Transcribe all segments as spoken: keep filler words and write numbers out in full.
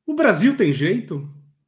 O Brasil tem jeito?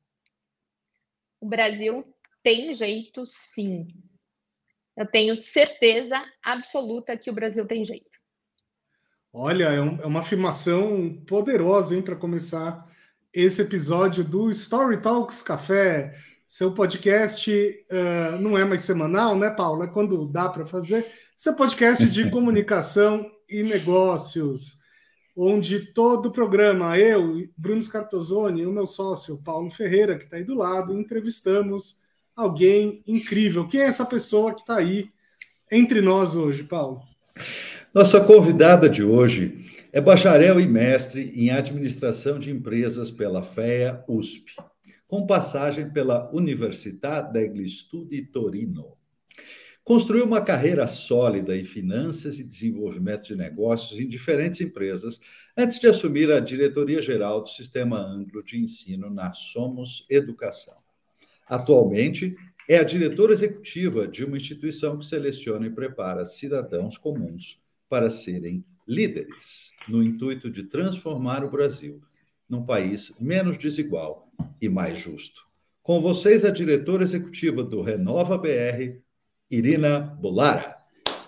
O Brasil tem jeito, sim. Eu tenho certeza absoluta que o Brasil tem jeito. Olha, é, um, é uma afirmação poderosa, hein, para começar esse episódio do Story Talks Café. Seu podcast uh, não é mais semanal, né, Paulo? É quando dá para fazer. Seu podcast de comunicação e negócios, onde todo o programa, eu, Bruno Scartozoni, e o meu sócio, Paulo Ferreira, que está aí do lado, entrevistamos alguém incrível. Quem é essa pessoa que está aí entre nós hoje, Paulo? Nossa convidada de hoje é bacharel e mestre em administração de empresas pela FEA U S P, com passagem pela Università degli Studi Torino. Construiu uma carreira sólida em finanças e desenvolvimento de negócios em diferentes empresas, antes de assumir a diretoria-geral do Sistema Anglo de Ensino na Somos Educação. Atualmente, é a diretora executiva de uma instituição que seleciona e prepara cidadãos comuns para serem líderes, no intuito de transformar o Brasil num país menos desigual e mais justo. Com vocês, a diretora executiva do Renova B R, Irina Bolara.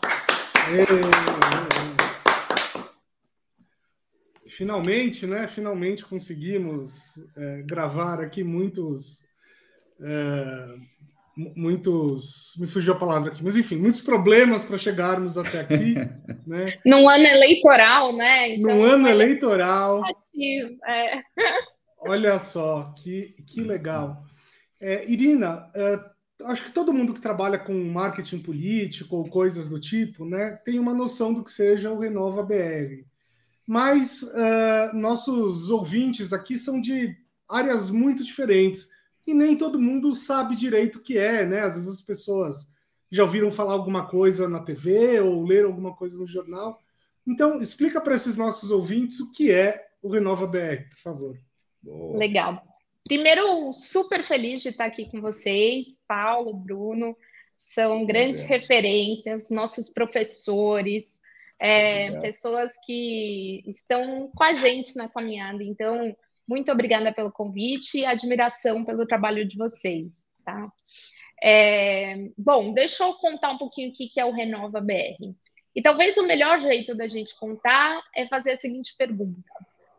Finalmente, né? Finalmente conseguimos é, gravar aqui muitos... É, muitos... Me fugiu a palavra aqui, mas enfim, muitos problemas para chegarmos até aqui, né? Num ano eleitoral, né? Então, Num ano eleitoral. É. Olha só, que, que legal. É, Irina, é, acho que todo mundo que trabalha com marketing político ou coisas do tipo, né, tem uma noção do que seja o Renova B R. Mas uh, nossos ouvintes aqui são de áreas muito diferentes e nem todo mundo sabe direito o que é, né? Às vezes as pessoas já ouviram falar alguma coisa na T V ou leram alguma coisa no jornal. Então, explica para esses nossos ouvintes o que é o Renova B R, por favor. Boa. Legal. Primeiro, super feliz de estar aqui com vocês, Paulo, Bruno, são grandes referências, nossos professores, é, pessoas que estão com a gente na caminhada. Então, muito obrigada pelo convite e admiração pelo trabalho de vocês. Tá? É, bom, deixa eu contar um pouquinho o que é o Renova B R. E talvez o melhor jeito da gente contar é fazer a seguinte pergunta.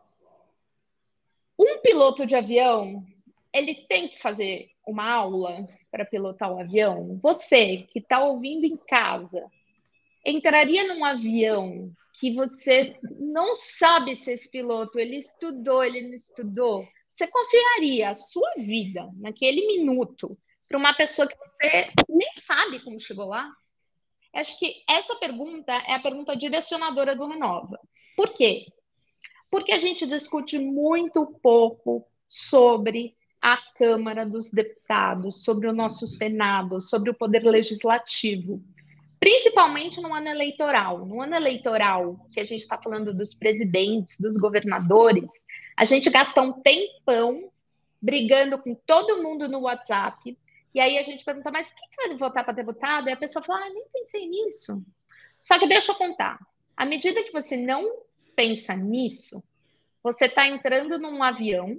Um piloto de avião, ele tem que fazer uma aula para pilotar um avião? Você que está ouvindo em casa, entraria num avião que você não sabe se esse piloto, ele estudou, ele não estudou? Você confiaria a sua vida naquele minuto para uma pessoa que você nem sabe como chegou lá? Acho que essa pergunta é a pergunta direcionadora do Renova. Por quê? Porque a gente discute muito pouco sobre a Câmara dos Deputados, sobre o nosso Senado, sobre o Poder Legislativo, principalmente no ano eleitoral. No ano eleitoral, que a gente está falando dos presidentes, dos governadores, a gente gasta um tempão brigando com todo mundo no WhatsApp, e aí a gente pergunta, mas quem você vai votar para deputado? E a pessoa fala, ah, nem pensei nisso. Só que deixa eu contar, à medida que você não pensa nisso, você está entrando num avião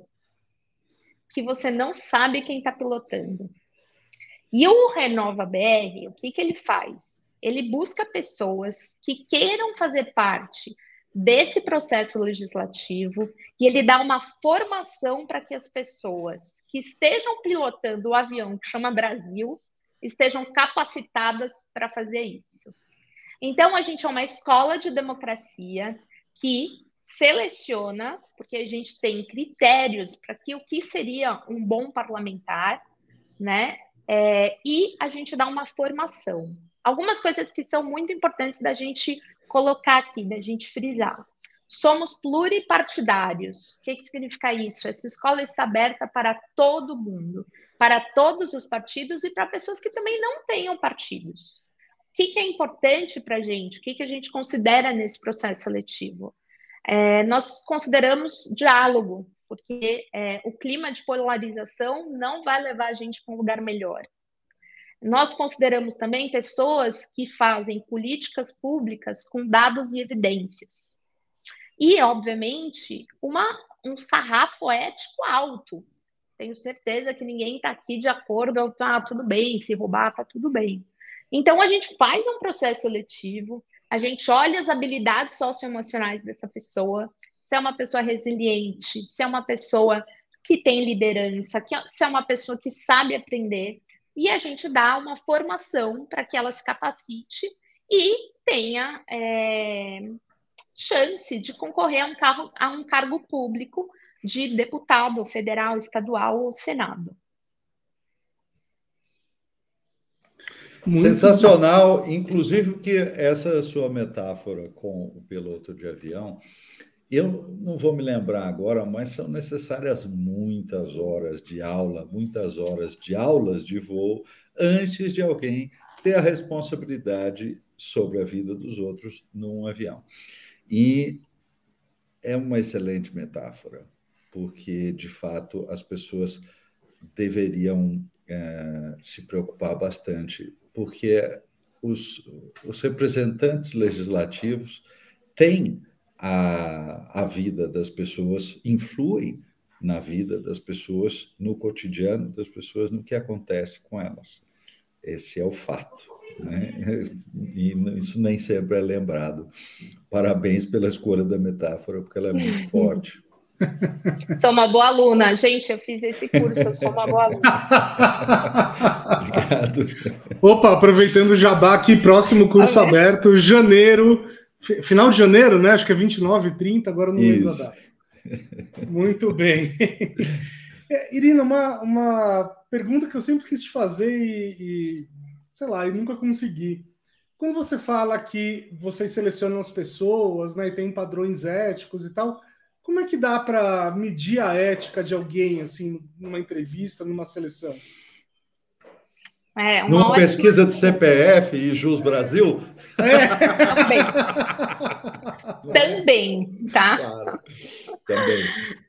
que você não sabe quem está pilotando. E o Renova B R, o que, que ele faz? Ele busca pessoas que queiram fazer parte desse processo legislativo e ele dá uma formação para que as pessoas que estejam pilotando o avião que chama Brasil estejam capacitadas para fazer isso. Então, a gente é uma escola de democracia que seleciona, porque a gente tem critérios para que o que seria um bom parlamentar, né? É, e a gente dá uma formação. Algumas coisas que são muito importantes da gente colocar aqui, da gente frisar. Somos pluripartidários. O que, que significa isso? Essa escola está aberta para todo mundo, para todos os partidos e para pessoas que também não tenham partidos. O que, que é importante para a gente? O que, que a gente considera nesse processo seletivo? É, nós consideramos diálogo, porque é, o clima de polarização não vai levar a gente para um lugar melhor. Nós consideramos também pessoas que fazem políticas públicas com dados e evidências. E, obviamente, uma um sarrafo ético alto. Tenho certeza que ninguém está aqui de acordo, tá tudo bem, se roubar, tá tudo bem. Então, a gente faz um processo seletivo, a gente olha as habilidades socioemocionais dessa pessoa, se é uma pessoa resiliente, se é uma pessoa que tem liderança, se é uma pessoa que sabe aprender, e a gente dá uma formação para que ela se capacite e tenha é, chance de concorrer a um, carro, a um cargo público de deputado federal, estadual ou Senado. Muito sensacional, bom. Inclusive que essa sua metáfora com o piloto de avião, eu não vou me lembrar agora, mas são necessárias muitas horas de aula, muitas horas de aulas de voo, antes de alguém ter a responsabilidade sobre a vida dos outros num avião. E é uma excelente metáfora, porque, de fato, as pessoas deveriam é, se preocupar bastante, porque os, os representantes legislativos têm a, a vida das pessoas, influem na vida das pessoas, no cotidiano das pessoas, no que acontece com elas. Esse é o fato, né? E isso nem sempre é lembrado. Parabéns pela escolha da metáfora, porque ela é muito forte. Sou uma boa aluna. Gente, eu fiz esse curso, eu sou uma boa aluna. Obrigado. Opa, aproveitando o jabá aqui, próximo curso Amém. aberto, janeiro, final de janeiro, né? Acho que é vinte e nove, trinta, agora não lembro a data. Muito bem. É, Irina, uma, uma pergunta que eu sempre quis te fazer e, e, sei lá, e nunca consegui. Quando você fala que vocês selecionam as pessoas, né, e tem padrões éticos e tal, como é que dá para medir a ética de alguém, assim, numa entrevista, numa seleção? É, uma numa ótima... pesquisa de C P F e Jus Brasil? É. Também. Também, tá? Claro, também.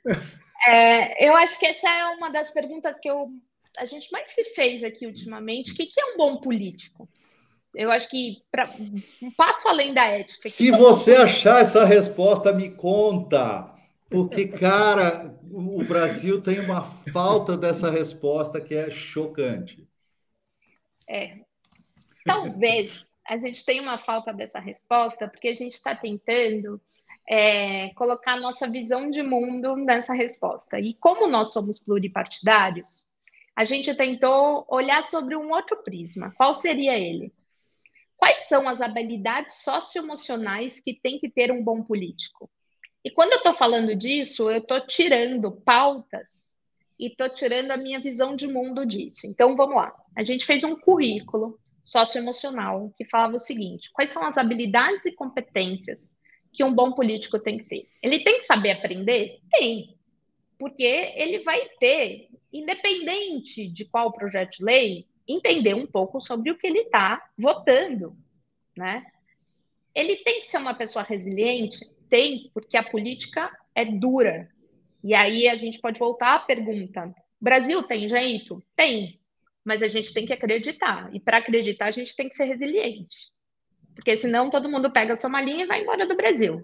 É, eu acho que essa é uma das perguntas que eu, a gente mais se fez aqui ultimamente. O que, que é um bom político? Eu acho que pra, um passo além da ética. Se você achar essa resposta, me conta. Porque, cara, o Brasil tem uma falta dessa resposta que é chocante. É. Talvez a gente tenha uma falta dessa resposta porque a gente está tentando é, colocar a nossa visão de mundo nessa resposta. E como nós somos pluripartidários, a gente tentou olhar sobre um outro prisma. Qual seria ele? Quais são as habilidades socioemocionais que tem que ter um bom político? E quando eu estou falando disso, eu estou tirando pautas e estou tirando a minha visão de mundo disso. Então, vamos lá. A gente fez um currículo socioemocional que falava o seguinte: quais são as habilidades e competências que um bom político tem que ter? Ele tem que saber aprender? Tem. Porque ele vai ter, independente de qual projeto de lei, entender um pouco sobre o que ele está votando, né? Ele tem que ser uma pessoa resiliente? Tem, porque a política é dura. E aí a gente pode voltar à pergunta: Brasil tem jeito? Tem, mas a gente tem que acreditar. E para acreditar, a gente tem que ser resiliente. Porque senão todo mundo pega a sua malinha e vai embora do Brasil.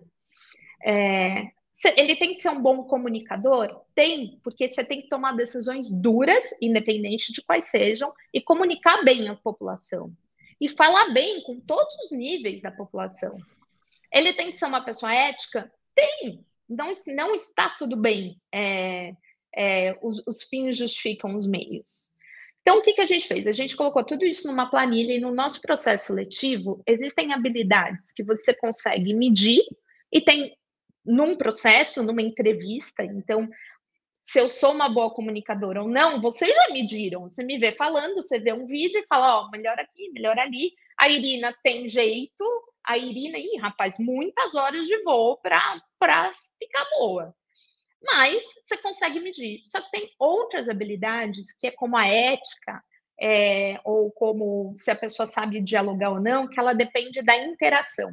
É... Ele tem que ser um bom comunicador? Tem, porque você tem que tomar decisões duras, independente de quais sejam, e comunicar bem a população. E falar bem com todos os níveis da população. Ele tem que ser uma pessoa ética? Tem. Não, não está tudo bem. É, é, os, os fins justificam os meios. Então, o que, que a gente fez? A gente colocou tudo isso numa planilha e no nosso processo seletivo existem habilidades que você consegue medir e tem num processo, numa entrevista. Então, se eu sou uma boa comunicadora ou não, vocês já mediram. Você me vê falando, você vê um vídeo e fala, ó, melhor aqui, melhor ali. A Irina tem jeito. A Irina, ih, rapaz, muitas horas de voo para ficar boa. Mas você consegue medir. Só que tem outras habilidades, que é como a ética, é, ou como se a pessoa sabe dialogar ou não, que ela depende da interação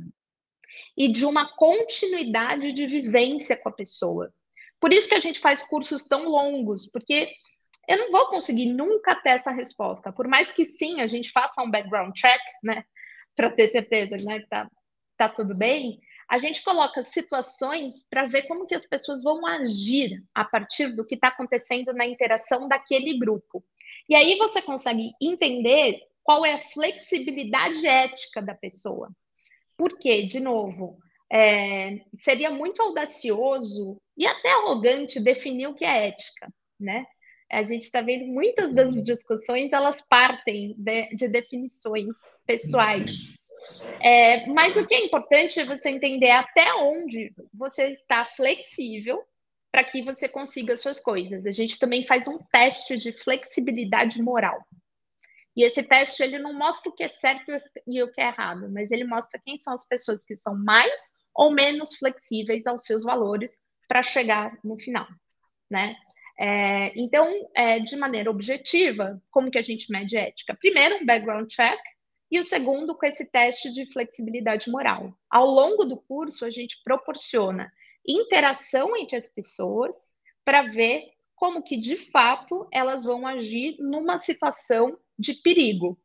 e de uma continuidade de vivência com a pessoa. Por isso que a gente faz cursos tão longos, porque eu não vou conseguir nunca ter essa resposta. Por mais que sim, a gente faça um background check, né, para ter certeza, né, que tá, tá tudo bem, a gente coloca situações para ver como que as pessoas vão agir a partir do que está acontecendo na interação daquele grupo. E aí você consegue entender qual é a flexibilidade ética da pessoa. Porque, de novo, é, seria muito audacioso e até arrogante definir o que é ética, né? A gente está vendo muitas das discussões, elas partem de, de definições pessoais. É, mas o que é importante é você entender até onde você está flexível para que você consiga as suas coisas. A gente também faz um teste de flexibilidade moral. E esse teste ele não mostra o que é certo e o que é errado, mas ele mostra quem são as pessoas que são mais ou menos flexíveis aos seus valores para chegar no final, né? É, então, é, de maneira objetiva, como que a gente mede ética? Primeiro, um background check, e o segundo, com esse teste de flexibilidade moral. Ao longo do curso, a gente proporciona interação entre as pessoas para ver como que, de fato, elas vão agir numa situação de perigo.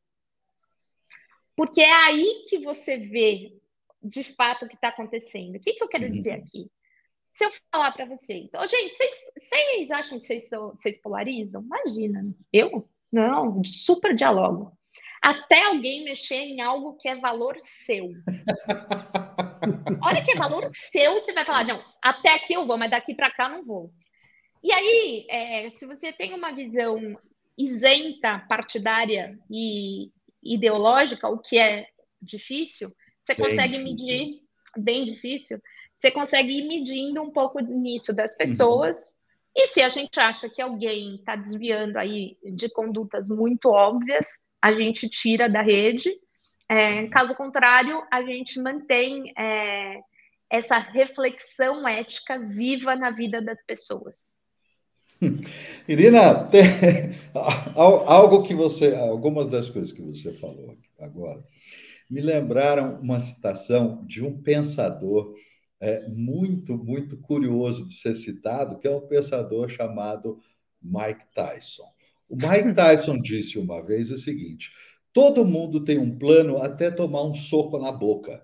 Porque é aí que você vê, de fato, o que está acontecendo. O que, que eu quero dizer aqui? Se eu falar para vocês, oh, gente, vocês, vocês acham que vocês, são, vocês polarizam? Imagina, eu? Não, super dialogo. Até alguém mexer em algo que é valor seu. Olha que é valor seu, você vai falar, não, até aqui eu vou, mas daqui para cá não vou. E aí, é, se você tem uma visão isenta, partidária e ideológica, o que é difícil, você bem consegue difícil. medir, bem difícil, você consegue ir medindo um pouco nisso das pessoas. Uhum. E se a gente acha que alguém está desviando aí de condutas muito óbvias, a gente tira da rede. É, caso contrário, a gente mantém é, essa reflexão ética viva na vida das pessoas. Irina, tem algo que você, algumas das coisas que você falou agora me lembraram uma citação de um pensador é, muito, muito curioso de ser citado, que é um pensador chamado Mike Tyson. O Mike Tyson disse uma vez o seguinte: todo mundo tem um plano até tomar um soco na boca.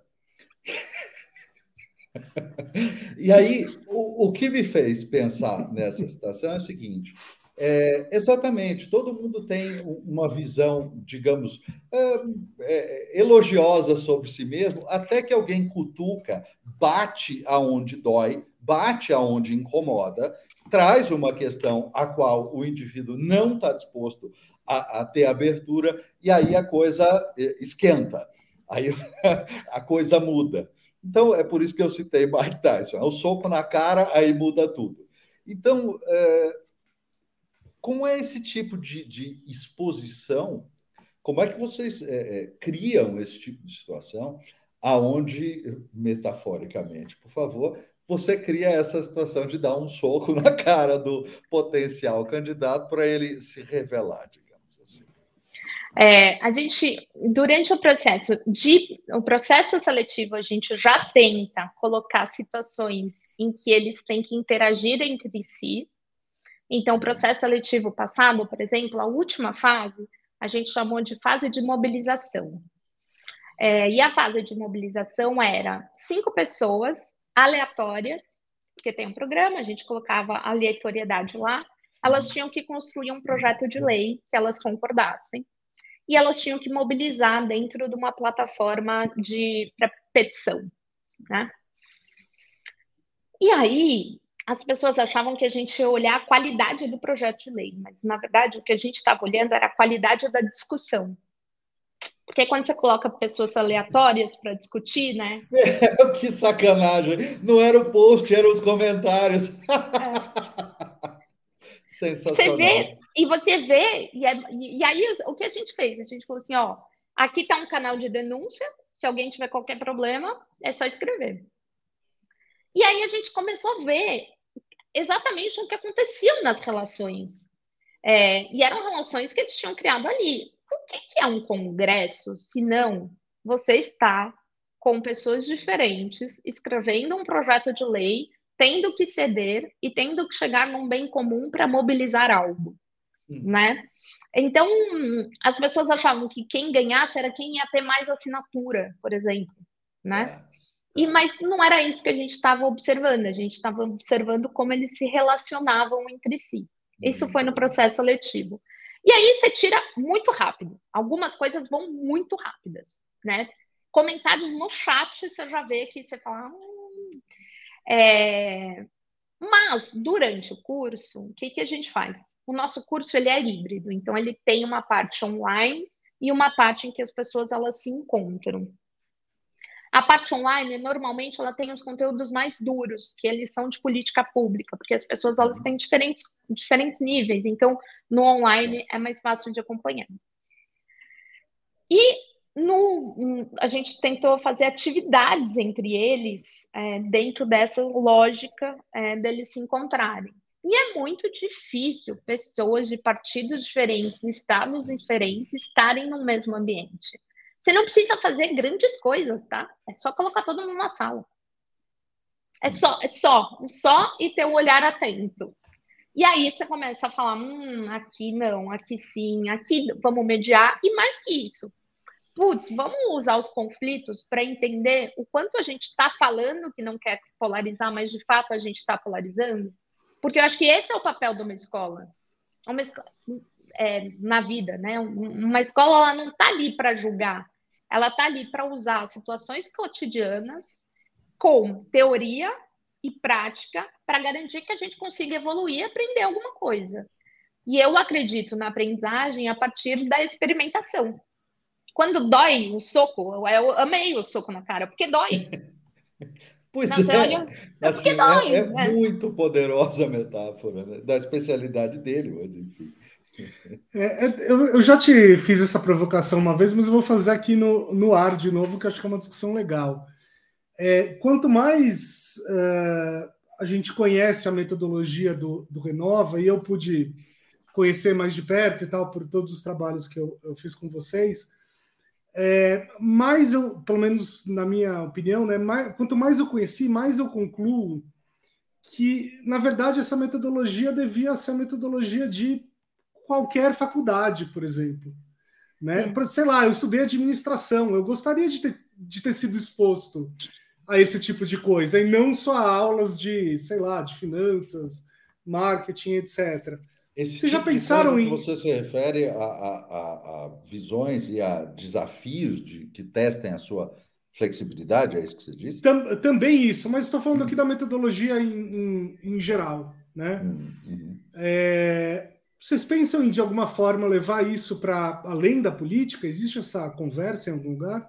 E aí, o, o que me fez pensar nessa situação é o seguinte: é, exatamente, todo mundo tem uma visão, digamos, é, é, elogiosa sobre si mesmo, até que alguém cutuca, bate aonde dói, bate aonde incomoda, traz uma questão a qual o indivíduo não está disposto a, a ter abertura, e aí a coisa esquenta, aí a coisa muda. Então, é por isso que eu citei Mike Tyson. É o soco na cara, aí muda tudo. Então, é, como é esse tipo de, de exposição? Como é que vocês é, é, criam esse tipo de situação aonde, metaforicamente, por favor, você cria essa situação de dar um soco na cara do potencial candidato para ele se revelar, digamos assim? É, a gente, durante o processo de, o processo seletivo, a gente já tenta colocar situações em que eles têm que interagir entre si. Então, o processo seletivo passado, por exemplo, a última fase, a gente chamou de fase de mobilização. É, e a fase de mobilização era cinco pessoas aleatórias, porque tem um programa, a gente colocava a aleatoriedade lá, elas tinham que construir um projeto de lei que elas concordassem, e elas tinham que mobilizar dentro de uma plataforma de petição, né? E aí, as pessoas achavam que a gente ia olhar a qualidade do projeto de lei, mas, na verdade, o que a gente estava olhando era a qualidade da discussão. Porque quando você coloca pessoas aleatórias para discutir, né? É, que sacanagem! Não era o post, eram os comentários. É. Sensacional. Você vê, e você vê, e, é, e aí o que a gente fez? A gente falou assim, ó, aqui está um canal de denúncia, se alguém tiver qualquer problema, é só escrever. E aí a gente começou a ver exatamente o que acontecia nas relações. É, e eram relações que eles tinham criado ali. O que, que é um congresso, se não você está com pessoas diferentes, escrevendo um projeto de lei, tendo que ceder e tendo que chegar num bem comum para mobilizar algo, hum. né? Então, as pessoas achavam que quem ganhasse era quem ia ter mais assinatura, por exemplo, né? É. E, mas não era isso que a gente estava observando, a gente estava observando como eles se relacionavam entre si. Isso foi no processo seletivo. E aí você tira muito rápido. Algumas coisas vão muito rápidas, né? Comentários no chat, você já vê que você fala... Hum, é... Mas, durante o curso, o que, que a gente faz? O nosso curso ele é híbrido, então ele tem uma parte online e uma parte em que as pessoas elas se encontram. A parte online, normalmente, ela tem os conteúdos mais duros, que eles são de política pública, porque as pessoas elas têm diferentes, diferentes níveis, então no online é mais fácil de acompanhar. E no, a gente tentou fazer atividades entre eles, é, dentro dessa lógica é, deles se encontrarem. E é muito difícil pessoas de partidos diferentes, estados diferentes, estarem no mesmo ambiente. Você não precisa fazer grandes coisas, tá? É só colocar todo mundo na sala. É só, é só, só e ter um olhar atento. E aí você começa a falar, hum, aqui não, aqui sim, aqui vamos mediar. E mais que isso, putz, vamos usar os conflitos para entender o quanto a gente está falando que não quer polarizar, mas de fato a gente está polarizando? Porque eu acho que esse é o papel de uma escola. Uma escola é, na vida, né? Uma escola ela não está ali para julgar. Ela está ali para usar situações cotidianas com teoria e prática para garantir que a gente consiga evoluir e aprender alguma coisa. E eu acredito na aprendizagem a partir da experimentação. Quando dói o soco, eu amei o soco na cara, porque dói. Pois Não, é, olha, é porque assim, dói. é, é Né? muito poderosa a metáfora, né? Da especialidade dele, mas enfim. É, eu, eu já te fiz essa provocação uma vez, mas eu vou fazer aqui no, no ar de novo, que eu acho que é uma discussão legal. É, quanto mais uh, a gente conhece a metodologia do, do Renova, e eu pude conhecer mais de perto e tal, por todos os trabalhos que eu, eu fiz com vocês, é, mais eu, pelo menos na minha opinião, né, mais, quanto mais eu conheci, mais eu concluo que, na verdade, essa metodologia devia ser a metodologia de qualquer faculdade, por exemplo. Né? Pra, sei lá, eu estudei administração, eu gostaria de ter, de ter sido exposto a esse tipo de coisa, e não só aulas de, sei lá, de finanças, marketing, etcétera. Esse Vocês já tipo de pensaram coisa que em... você se refere a, a, a, a visões e a desafios de, que testem a sua flexibilidade, é isso que você disse? Tam, também isso, mas estou falando aqui da metodologia em, em, em geral. Né? Uhum, uhum. É, vocês pensam em, de alguma forma, levar isso para além da política? Existe essa conversa em algum lugar?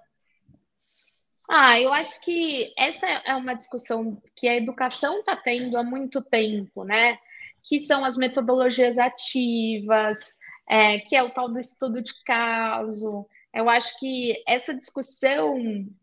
Ah, eu acho que essa é uma discussão que a educação está tendo há muito tempo, né? Que são as metodologias ativas, é, que é o tal do estudo de caso. Eu acho que essa discussão,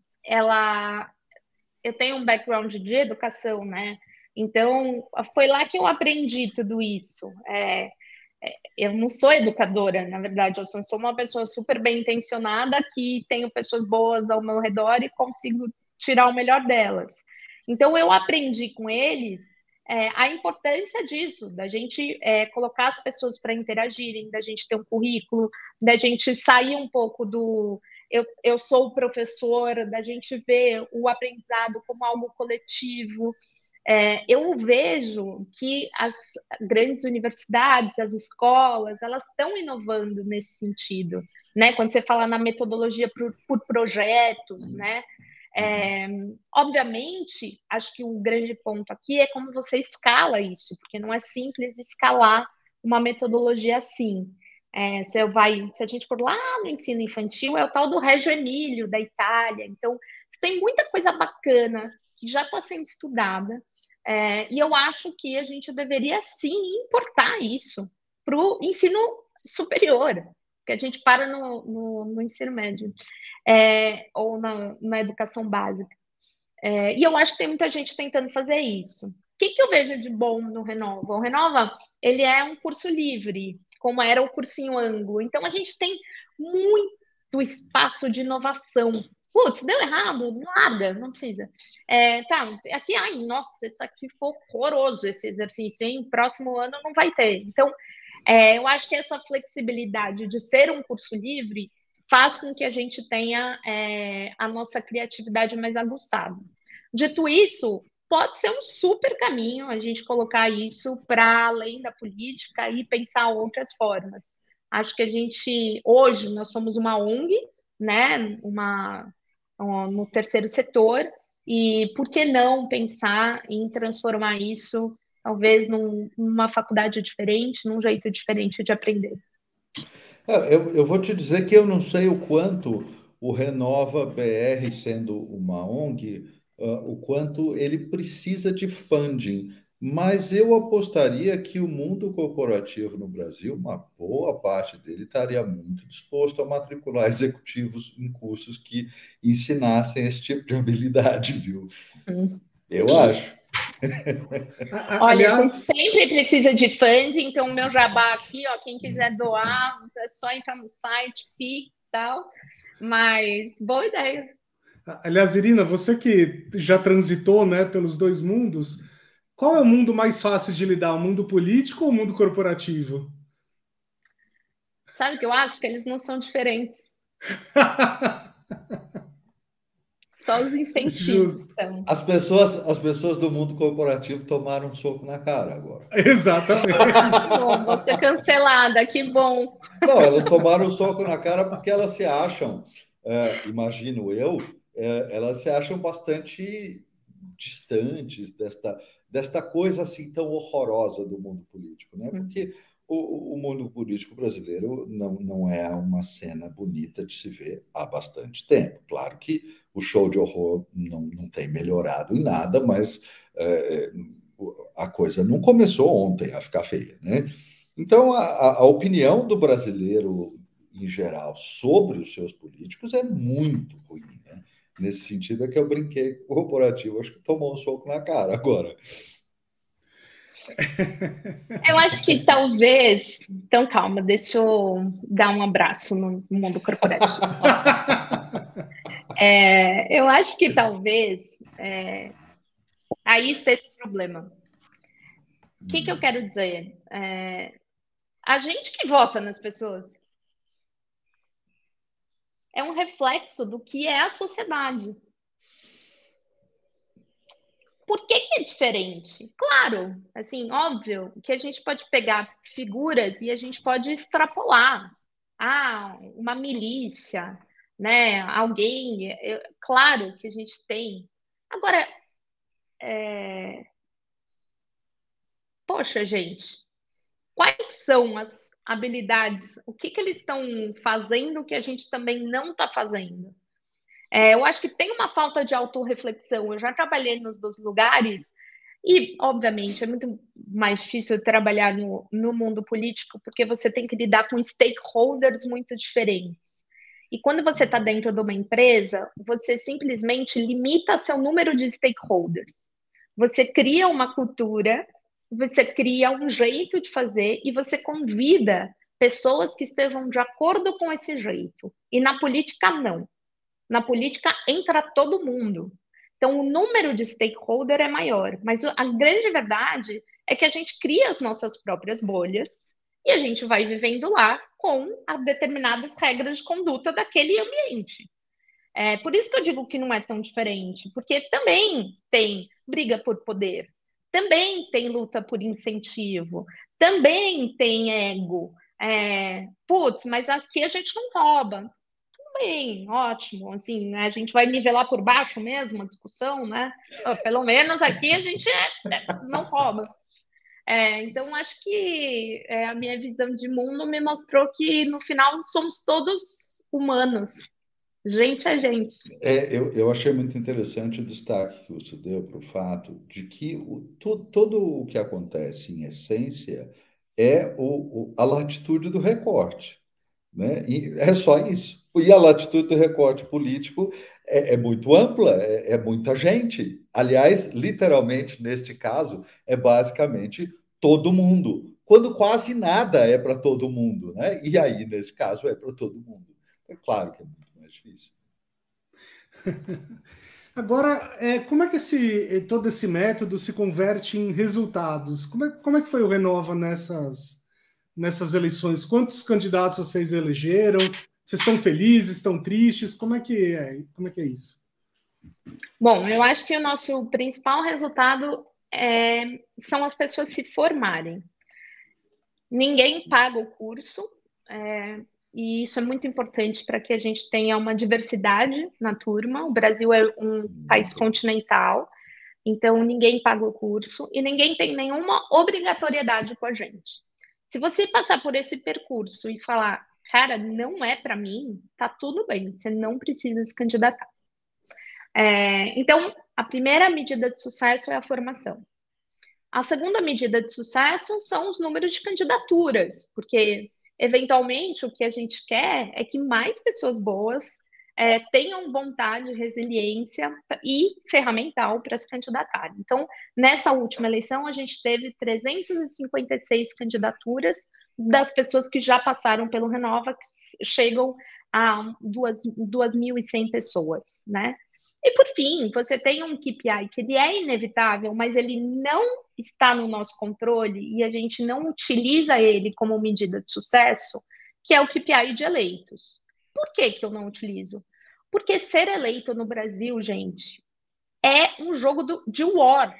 ela... Eu tenho um background de educação, né? Então, foi lá que eu aprendi tudo isso. É, eu não sou educadora, na verdade, eu sou uma pessoa super bem intencionada que tenho pessoas boas ao meu redor e consigo tirar o melhor delas. Então, eu aprendi com eles é, a importância disso, da gente é, colocar as pessoas para interagirem, da gente ter um currículo, da gente sair um pouco do eu, eu sou o professor, da gente ver o aprendizado como algo coletivo. É, eu vejo que as grandes universidades, as escolas, elas estão inovando nesse sentido, né? Quando você fala na metodologia por, por projetos, né? É, obviamente, acho que o grande ponto aqui é como você escala isso, porque não é simples escalar uma metodologia assim. É, você vai, se a gente for lá no ensino infantil, é o tal do Reggio Emílio, da Itália. Então, tem muita coisa bacana que já está sendo estudada, é, e eu acho que a gente deveria sim importar isso para o ensino superior, que a gente para no, no, no ensino médio, é, ou na, na educação básica. É, e eu acho que tem muita gente tentando fazer isso. O que, que eu vejo de bom no Renova? O Renova, ele é um curso livre, como era o cursinho Anglo. Então, a gente tem muito espaço de inovação. Putz, deu errado, larga, não precisa. É, tá, aqui, ai, nossa, isso aqui ficou horroroso, esse exercício, hein? Próximo ano não vai ter. Então, é, eu acho que essa flexibilidade de ser um curso livre faz com que a gente tenha é, a nossa criatividade mais aguçada. Dito isso, pode ser um super caminho a gente colocar isso para além da política e pensar outras formas. Acho que a gente, hoje, nós somos uma O N G, né, uma, um, no terceiro setor, e por que não pensar em transformar isso, talvez, num, numa faculdade diferente, num jeito diferente de aprender? É, Eu, eu vou te dizer que eu não sei o quanto o Renova B R, sendo uma O N G, ah, o quanto ele precisa de funding, mas eu apostaria que o mundo corporativo no Brasil, uma boa parte dele estaria muito disposto a matricular executivos em cursos que ensinassem esse tipo de habilidade, viu? Hum. Eu acho. Olha, a gente Aliás, sempre precisa de funding, então o meu jabá aqui, ó, quem quiser doar, é só entrar no site, Pix e tal. Mas boa ideia. aliás, Irina, você que já transitou, né, pelos dois mundos, qual é o mundo mais fácil de lidar, o mundo político ou o mundo corporativo? Sabe o que eu acho? Que eles não são diferentes. Só os incentivos Justo. são. As pessoas, as pessoas do mundo corporativo tomaram um soco na cara agora. Exatamente. Que bom, vou ser cancelada, que bom. Não, elas tomaram um soco na cara porque elas se acham, é, imagino eu, é, elas se acham bastante distantes desta, desta coisa assim tão horrorosa do mundo político, né? Porque o, o mundo político brasileiro não, não é uma cena bonita de se ver há bastante tempo. Claro que o show de horror não, não tem melhorado em nada, mas é, a coisa não começou ontem a ficar feia, né? Então, a, a opinião do brasileiro, em geral, sobre os seus políticos é muito ruim, né? Nesse sentido é que eu brinquei com o corporativo, acho que tomou um soco na cara agora. Eu acho que talvez. Então, calma, deixa eu dar um abraço no mundo corporativo. É, eu acho que talvez é, aí esteja o problema. O que, que eu quero dizer? É, a gente que vota nas pessoas é um reflexo do que é a sociedade. Por que, que é diferente? Claro, assim, óbvio que a gente pode pegar figuras e a gente pode extrapolar. Ah, uma milícia, né? Alguém, eu, claro que a gente tem. Agora, é, poxa, gente, quais são as habilidades? O que, que eles estão fazendo que a gente também não está fazendo? É, eu acho que tem uma falta de autorreflexão. Eu já trabalhei nos dois lugares e, obviamente, é muito mais difícil trabalhar no, no mundo político porque você tem que lidar com stakeholders muito diferentes. E quando você está dentro de uma empresa, você simplesmente limita seu número de stakeholders. Você cria uma cultura, você cria um jeito de fazer e você convida pessoas que estejam de acordo com esse jeito. E na política, não. Na política entra todo mundo. Então, o número de stakeholder é maior, mas a grande verdade é que a gente cria as nossas próprias bolhas e a gente vai vivendo lá com as determinadas regras de conduta daquele ambiente. É por isso que eu digo que não é tão diferente, porque também tem briga por poder, também tem luta por incentivo, também tem ego. É, putz, mas aqui a gente não rouba. Bem, ótimo, assim, né? A gente vai nivelar por baixo mesmo a discussão, né? Pelo menos aqui a gente é, é, não rouba. É, então, acho que é, a minha visão de mundo me mostrou que no final somos todos humanos. Gente é gente. É, eu, eu achei muito interessante o destaque que você deu para o fato de que o, to, todo o que acontece, em essência, é o, o, a latitude do recorte, né? E é só isso. E a latitude do recorte político é, é muito ampla, é, é muita gente. Aliás, literalmente, neste caso, é basicamente todo mundo, quando quase nada é para todo mundo, né? E aí, nesse caso, é para todo mundo. É claro que é muito mais difícil. Agora, é, como é que esse, todo esse método se converte em resultados? Como é, como é que foi o Renova nessas, nessas eleições? Quantos candidatos vocês elegeram? Vocês estão felizes, estão tristes? Como é que é, como é, que é isso? Bom, eu acho que o nosso principal resultado é, são as pessoas se formarem. Ninguém paga o curso, é, e isso é muito importante para que a gente tenha uma diversidade na turma. O Brasil é um país continental, então ninguém paga o curso e ninguém tem nenhuma obrigatoriedade com a gente. Se você passar por esse percurso e falar, cara, não é para mim, tá tudo bem, você não precisa se candidatar. É, então, a primeira medida de sucesso é a formação. A segunda medida de sucesso são os números de candidaturas, porque, eventualmente, o que a gente quer é que mais pessoas boas é, tenham vontade, resiliência e ferramental para se candidatarem. Então, nessa última eleição, a gente teve trezentas e cinquenta e seis candidaturas das pessoas que já passaram pelo Renova, que chegam a duas mil e cem pessoas, né? E, por fim, você tem um K P I que ele é inevitável, mas ele não está no nosso controle e a gente não utiliza ele como medida de sucesso, que é o K P I de eleitos. Por que que eu não utilizo? Porque ser eleito no Brasil, gente, é um jogo do, de war.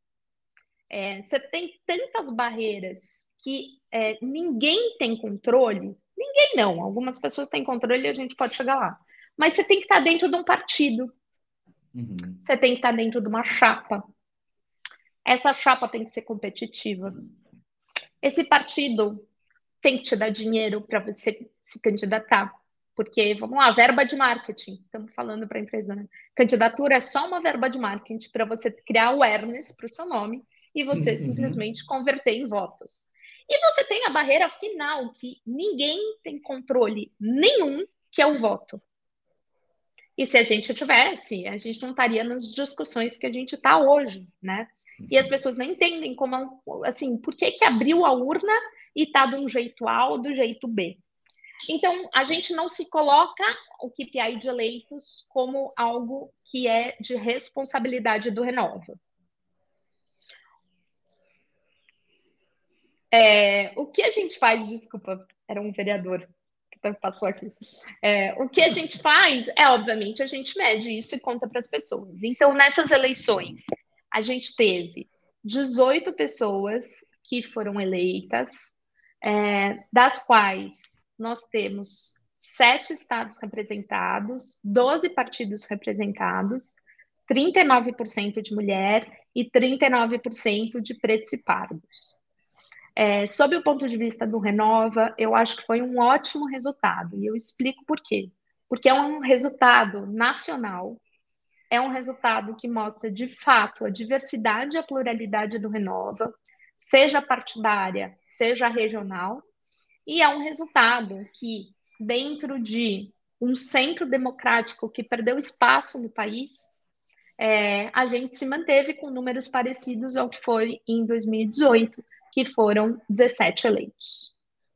É, você tem tantas barreiras que é, ninguém tem controle. Ninguém não. Algumas pessoas têm controle e a gente pode chegar lá. Mas você tem que estar dentro de um partido. Uhum. Você tem que estar dentro de uma chapa. Essa chapa tem que ser competitiva. Esse partido tem que te dar dinheiro para você se candidatar. Porque, vamos lá, verba de marketing. Estamos falando para a empresa, né? Candidatura é só uma verba de marketing para você criar awareness para o seu nome e você uhum. simplesmente converter em votos. E você tem a barreira final, que ninguém tem controle nenhum, que é o voto. E se a gente tivesse, a gente não estaria nas discussões que a gente está hoje, né? E as pessoas não entendem como, assim, por que que abriu a urna e está de um jeito A ou do jeito B. Então, a gente não se coloca o K P I de eleitos como algo que é de responsabilidade do Renova. É, o que a gente faz, desculpa, era um vereador que passou aqui. É, o que a gente faz é, obviamente, a gente mede isso e conta para as pessoas. Então, nessas eleições, a gente teve dezoito pessoas que foram eleitas, é, das quais nós temos sete estados representados, doze partidos representados, trinta e nove por cento de mulher e trinta e nove por cento de pretos e pardos. É, sob o ponto de vista do Renova, eu acho que foi um ótimo resultado, e eu explico por quê. Porque é um resultado nacional, é um resultado que mostra, de fato, a diversidade e a pluralidade do Renova, seja partidária, seja regional, e é um resultado que, dentro de um centro democrático que perdeu espaço no país, é, a gente se manteve com números parecidos ao que foi em dois mil e dezoito, que foram dezessete eleitos.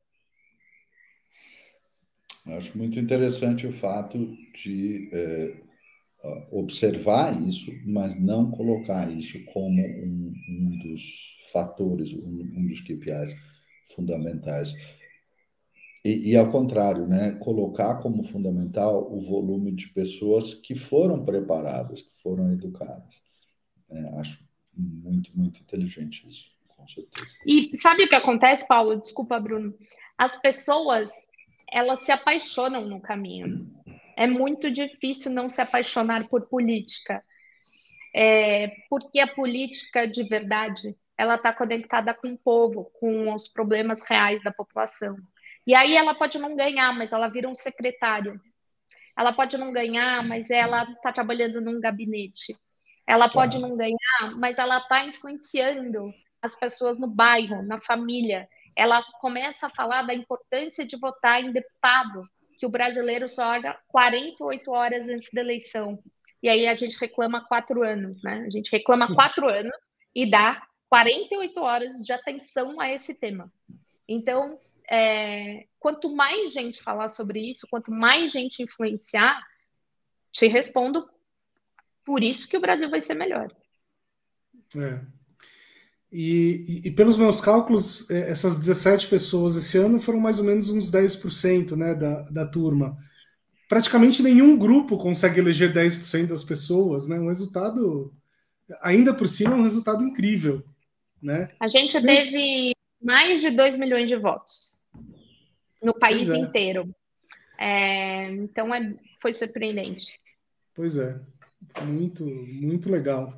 Acho muito interessante o fato de é, observar isso, mas não colocar isso como um, um dos fatores, um, um dos K P Is fundamentais. E, e, ao contrário, né, colocar como fundamental o volume de pessoas que foram preparadas, que foram educadas. É, acho muito, muito inteligente isso. Com certeza. E sabe o que acontece, Paulo? Desculpa, Bruno. As pessoas, elas se apaixonam no caminho. É muito difícil não se apaixonar por política. É, porque a política, de verdade, ela está conectada com o povo, com os problemas reais da população. E aí ela pode não ganhar, mas ela vira um secretário. Ela pode não ganhar, mas ela está trabalhando num gabinete. Ela pode não ganhar, mas ela está influenciando as pessoas no bairro, na família. Ela começa a falar da importância de votar em deputado, que o brasileiro só olha quarenta e oito horas antes da eleição. E aí a gente reclama quatro anos, né? A gente reclama quatro anos e dá quarenta e oito horas de atenção a esse tema. Então, é, quanto mais gente falar sobre isso, quanto mais gente influenciar, te respondo, por isso que o Brasil vai ser melhor. É. E, e, e pelos meus cálculos, essas dezessete pessoas esse ano foram mais ou menos uns dez por cento, né, da, da turma. praticamente nenhum grupo consegue eleger dez por cento das pessoas, né? Um resultado, ainda por cima, é um resultado incrível, né? A gente teve mais de dois milhões de votos no país é. inteiro. É, então, é, foi surpreendente. Pois é, muito, muito legal.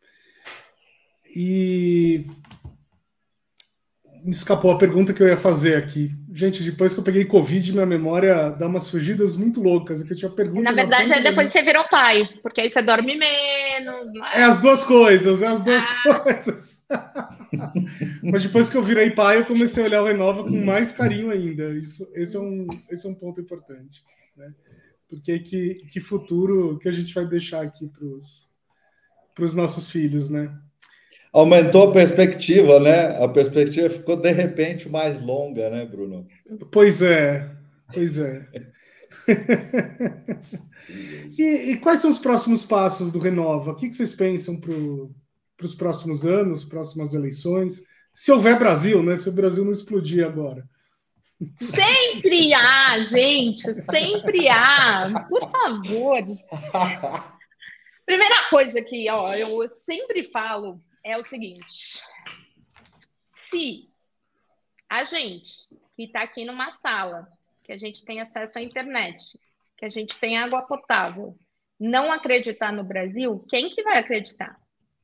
E me escapou a pergunta que eu ia fazer aqui. Gente, depois que eu peguei Covid, minha memória dá umas fugidas muito loucas. É que eu tinha pergunta. Na verdade, é depois que você virou pai, porque aí você dorme menos. Não é? é as duas coisas, é as duas ah. coisas. Mas depois que eu virei pai, eu comecei a olhar o Renova com mais carinho ainda. Isso, esse, é um, esse é um ponto importante, né? Porque que, que futuro que a gente vai deixar aqui para os nossos filhos, né? Aumentou a perspectiva, né? A perspectiva ficou, de repente, mais longa, né, Bruno? Pois é, pois é. e, e quais são os próximos passos do Renova? O que, que vocês pensam para os próximos anos, próximas eleições? Se houver Brasil, né? Se o Brasil não explodir agora. Sempre há, gente, sempre há. Por favor. Primeira coisa que ó, eu sempre falo é o seguinte: se a gente que está aqui numa sala, que a gente tem acesso à internet, que a gente tem água potável, não acreditar no Brasil, quem que vai acreditar?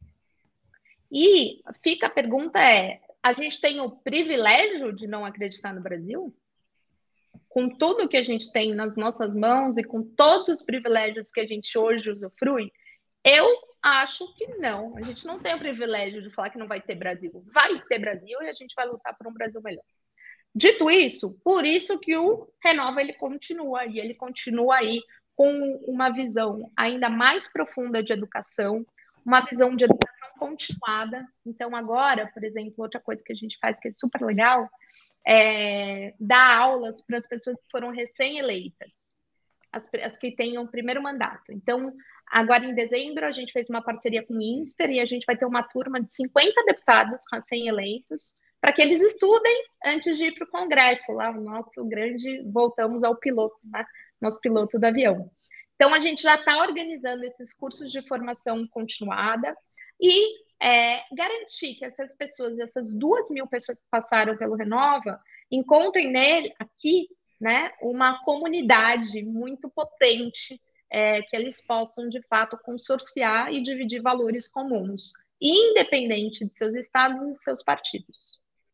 E fica a pergunta é, a gente tem o privilégio de não acreditar no Brasil? Com tudo que a gente tem nas nossas mãos e com todos os privilégios que a gente hoje usufrui? Eu acho que não. A gente não tem o privilégio de falar que não vai ter Brasil. Vai ter Brasil e a gente vai lutar por um Brasil melhor. Dito isso, por isso que o Renova ele continua e ele continua aí com uma visão ainda mais profunda de educação, uma visão de educação continuada. Então agora, por exemplo, outra coisa que a gente faz que é super legal é dar aulas para as pessoas que foram recém-eleitas, as, as que tenham o primeiro mandato. Então, agora em dezembro, a gente fez uma parceria com o INSPER e a gente vai ter uma turma de cinquenta deputados recém-eleitos para que eles estudem antes de ir para o Congresso, lá o nosso grande, voltamos ao piloto, né? Nosso piloto do avião. Então, a gente já está organizando esses cursos de formação continuada e é, garantir que essas pessoas, essas duas mil pessoas que passaram pelo Renova, encontrem nele, aqui, né, uma comunidade muito potente, é, que eles possam, de fato, consorciar e dividir valores comuns, independente de seus estados e seus partidos.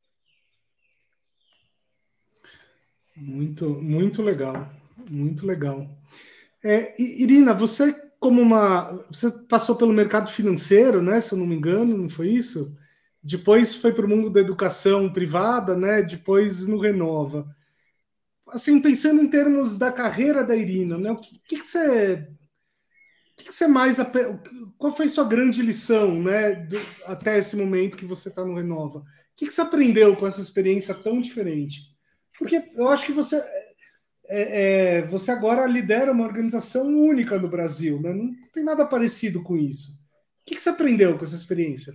Muito, muito legal, muito legal. É, Irina, você como uma, você passou pelo mercado financeiro, né? Se eu não me engano, não foi isso? Depois foi para o mundo da educação privada, né? Depois no Renova. Assim, pensando em termos da carreira da Irina, né? O que, que, que você, o que, que você mais, qual foi a sua grande lição, né? Do, até esse momento que você está no Renova? O que, que você aprendeu com essa experiência tão diferente? Porque eu acho que você, é, é, você agora lidera uma organização única no Brasil, né? Não tem nada parecido com isso. O que, que você aprendeu com essa experiência?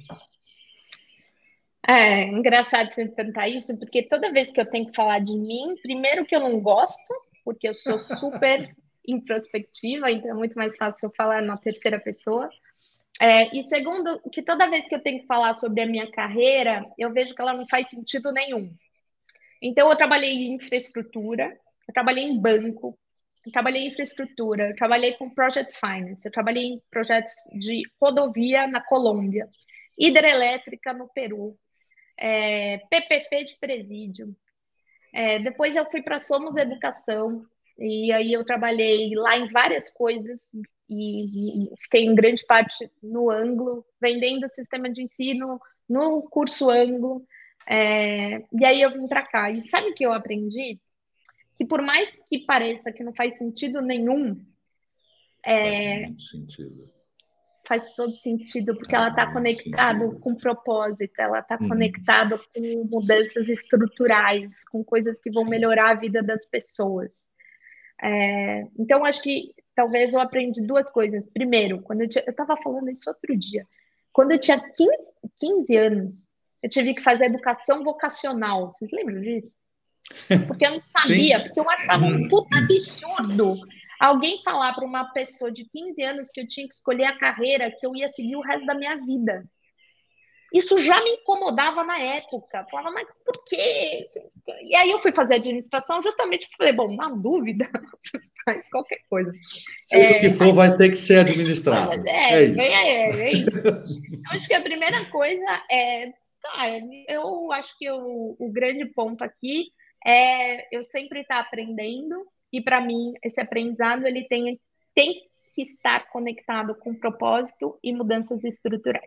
É engraçado você me perguntar isso, porque toda vez que eu tenho que falar de mim, primeiro que eu não gosto, porque eu sou super introspectiva, então é muito mais fácil eu falar na terceira pessoa. É, e segundo, que toda vez que eu tenho que falar sobre a minha carreira, eu vejo que ela não faz sentido nenhum. Então, eu trabalhei em infraestrutura, eu trabalhei em banco, eu trabalhei em infraestrutura, eu trabalhei com Project Finance, eu trabalhei em projetos de rodovia na Colômbia, hidrelétrica no Peru, é, P P P de presídio. É, depois eu fui para Somos Educação, e aí eu trabalhei lá em várias coisas, e, e fiquei em grande parte no Anglo, vendendo o sistema de ensino no curso Anglo. É, e aí eu vim para cá. E sabe o que eu aprendi? Que por mais que pareça que não faz sentido nenhum, é, faz muito sentido. Faz todo sentido, porque faz ela está conectada com propósito, ela está uhum. conectada com mudanças estruturais, com coisas que vão melhorar a vida das pessoas. É, então, acho que talvez eu aprendi duas coisas. Primeiro, quando eu estava falando isso outro dia, quando eu tinha quinze, quinze anos, eu tive que fazer educação vocacional. Vocês lembram disso? Porque eu não sabia, porque eu achava um puta absurdo alguém falar para uma pessoa de quinze anos que eu tinha que escolher a carreira que eu ia seguir o resto da minha vida. Isso já me incomodava na época. Falava, mas por quê? E aí eu fui fazer administração justamente porque falei, bom, na dúvida, faz qualquer coisa. Seja é, o que for, vai ter que ser administrado. É, é, isso. É, é, é isso. Então, acho que a primeira coisa é... Tá, eu acho que o, o grande ponto aqui é eu sempre estar aprendendo, e para mim, esse aprendizado ele tem, tem que estar conectado com propósito e mudanças estruturais.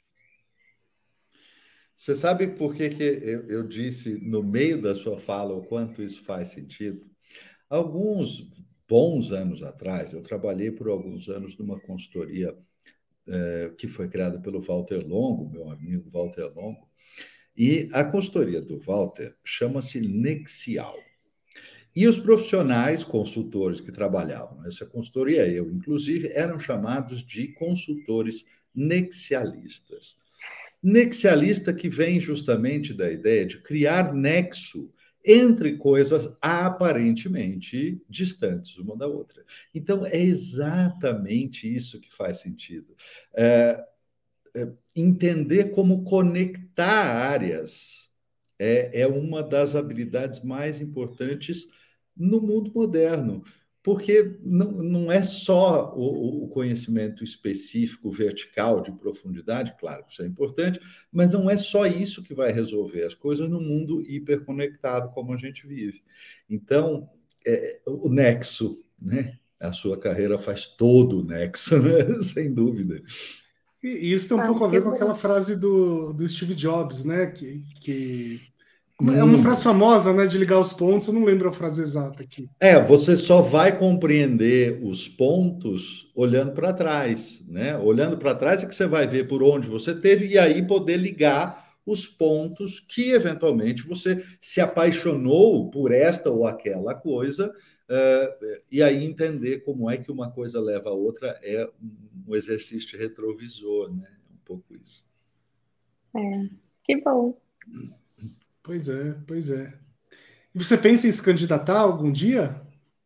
Você sabe por que, que eu, eu disse no meio da sua fala o quanto isso faz sentido? Alguns bons anos atrás, eu trabalhei por alguns anos numa consultoria eh, que foi criada pelo Walter Longo, meu amigo Walter Longo, e a consultoria do Walter chama-se Nexial. E os profissionais consultores que trabalhavam nessa consultoria, eu inclusive, eram chamados de consultores nexialistas. Nexialista que vem justamente da ideia de criar nexo entre coisas aparentemente distantes uma da outra. Então, é exatamente isso que faz sentido. É, é, entender como conectar áreas é, é uma das habilidades mais importantes no mundo moderno, porque não, não é só o, o conhecimento específico, vertical, de profundidade, claro que isso é importante, mas não é só isso que vai resolver as coisas no mundo hiperconectado como a gente vive. Então, é, o nexo, né? A sua carreira faz todo o nexo, né? Sem dúvida. E isso tem um ah, pouco a ver com aquela frase do, do Steve Jobs, né? Que, que é uma frase famosa, né? De ligar os pontos. Eu não lembro a frase exata aqui. É, você só vai compreender os pontos olhando para trás, né? Olhando para trás é que você vai ver por onde você teve e aí poder ligar os pontos que eventualmente você se apaixonou por esta ou aquela coisa uh, e aí entender como é que uma coisa leva a outra é um exercício de retrovisor, né? Um pouco isso. É, que bom. Pois é, pois é. E você pensa em se candidatar algum dia?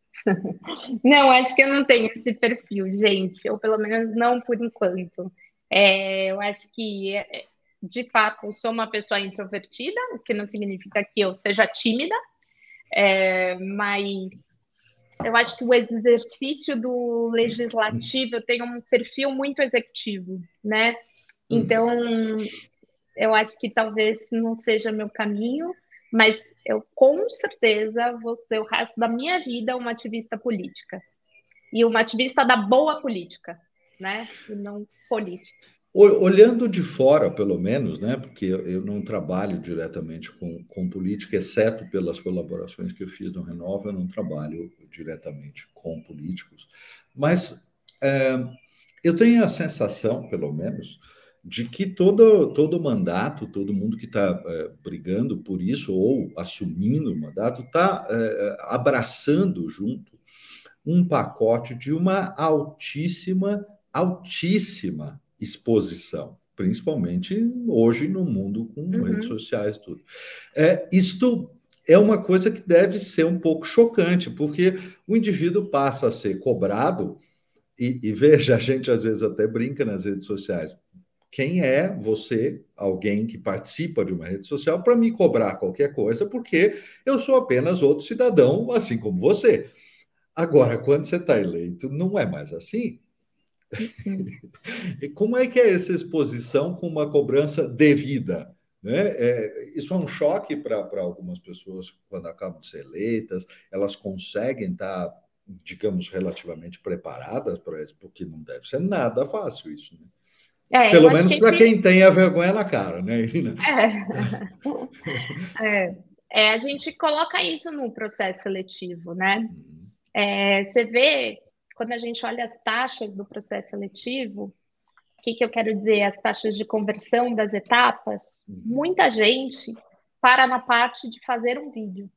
Não, acho que eu não tenho esse perfil, gente, ou pelo menos não por enquanto. É, eu acho que, de fato, eu sou uma pessoa introvertida, o que não significa que eu seja tímida, é, mas eu acho que o exercício do legislativo, eu tenho um perfil muito executivo, né? Então, eu acho que talvez não seja meu caminho, mas eu com certeza vou ser o resto da minha vida uma ativista política. E uma ativista da boa política, né? E não política. Olhando de fora, pelo menos, né? Porque eu não trabalho diretamente com, com política, exceto pelas colaborações que eu fiz no Renova, eu não trabalho diretamente com políticos. Mas é, eu tenho a sensação, pelo menos, de que todo, todo mandato, todo mundo que está é, brigando por isso ou assumindo o mandato, está é, abraçando junto um pacote de uma altíssima, altíssima exposição, principalmente hoje no mundo com uhum. redes sociais e tudo. É, isto é uma coisa que deve ser um pouco chocante, porque o indivíduo passa a ser cobrado, e, e veja, a gente às vezes até brinca nas redes sociais, quem é você, alguém que participa de uma rede social, para me cobrar qualquer coisa, porque eu sou apenas outro cidadão, assim como você. Agora, quando você está eleito, não é mais assim. E como é que é essa exposição com uma cobrança devida? Né? É, isso é um choque para algumas pessoas quando acabam de ser eleitas, elas conseguem estar, digamos, relativamente preparadas para isso, porque não deve ser nada fácil isso, né? É, pelo menos para quem gente... tem a vergonha na cara, né, Irina? É. é. É, a gente coloca isso no processo seletivo, né? Uhum. É, você vê, quando a gente olha as taxas do processo seletivo, o que, que eu quero dizer? As taxas de conversão das etapas, uhum. muita gente para na parte de fazer um vídeo.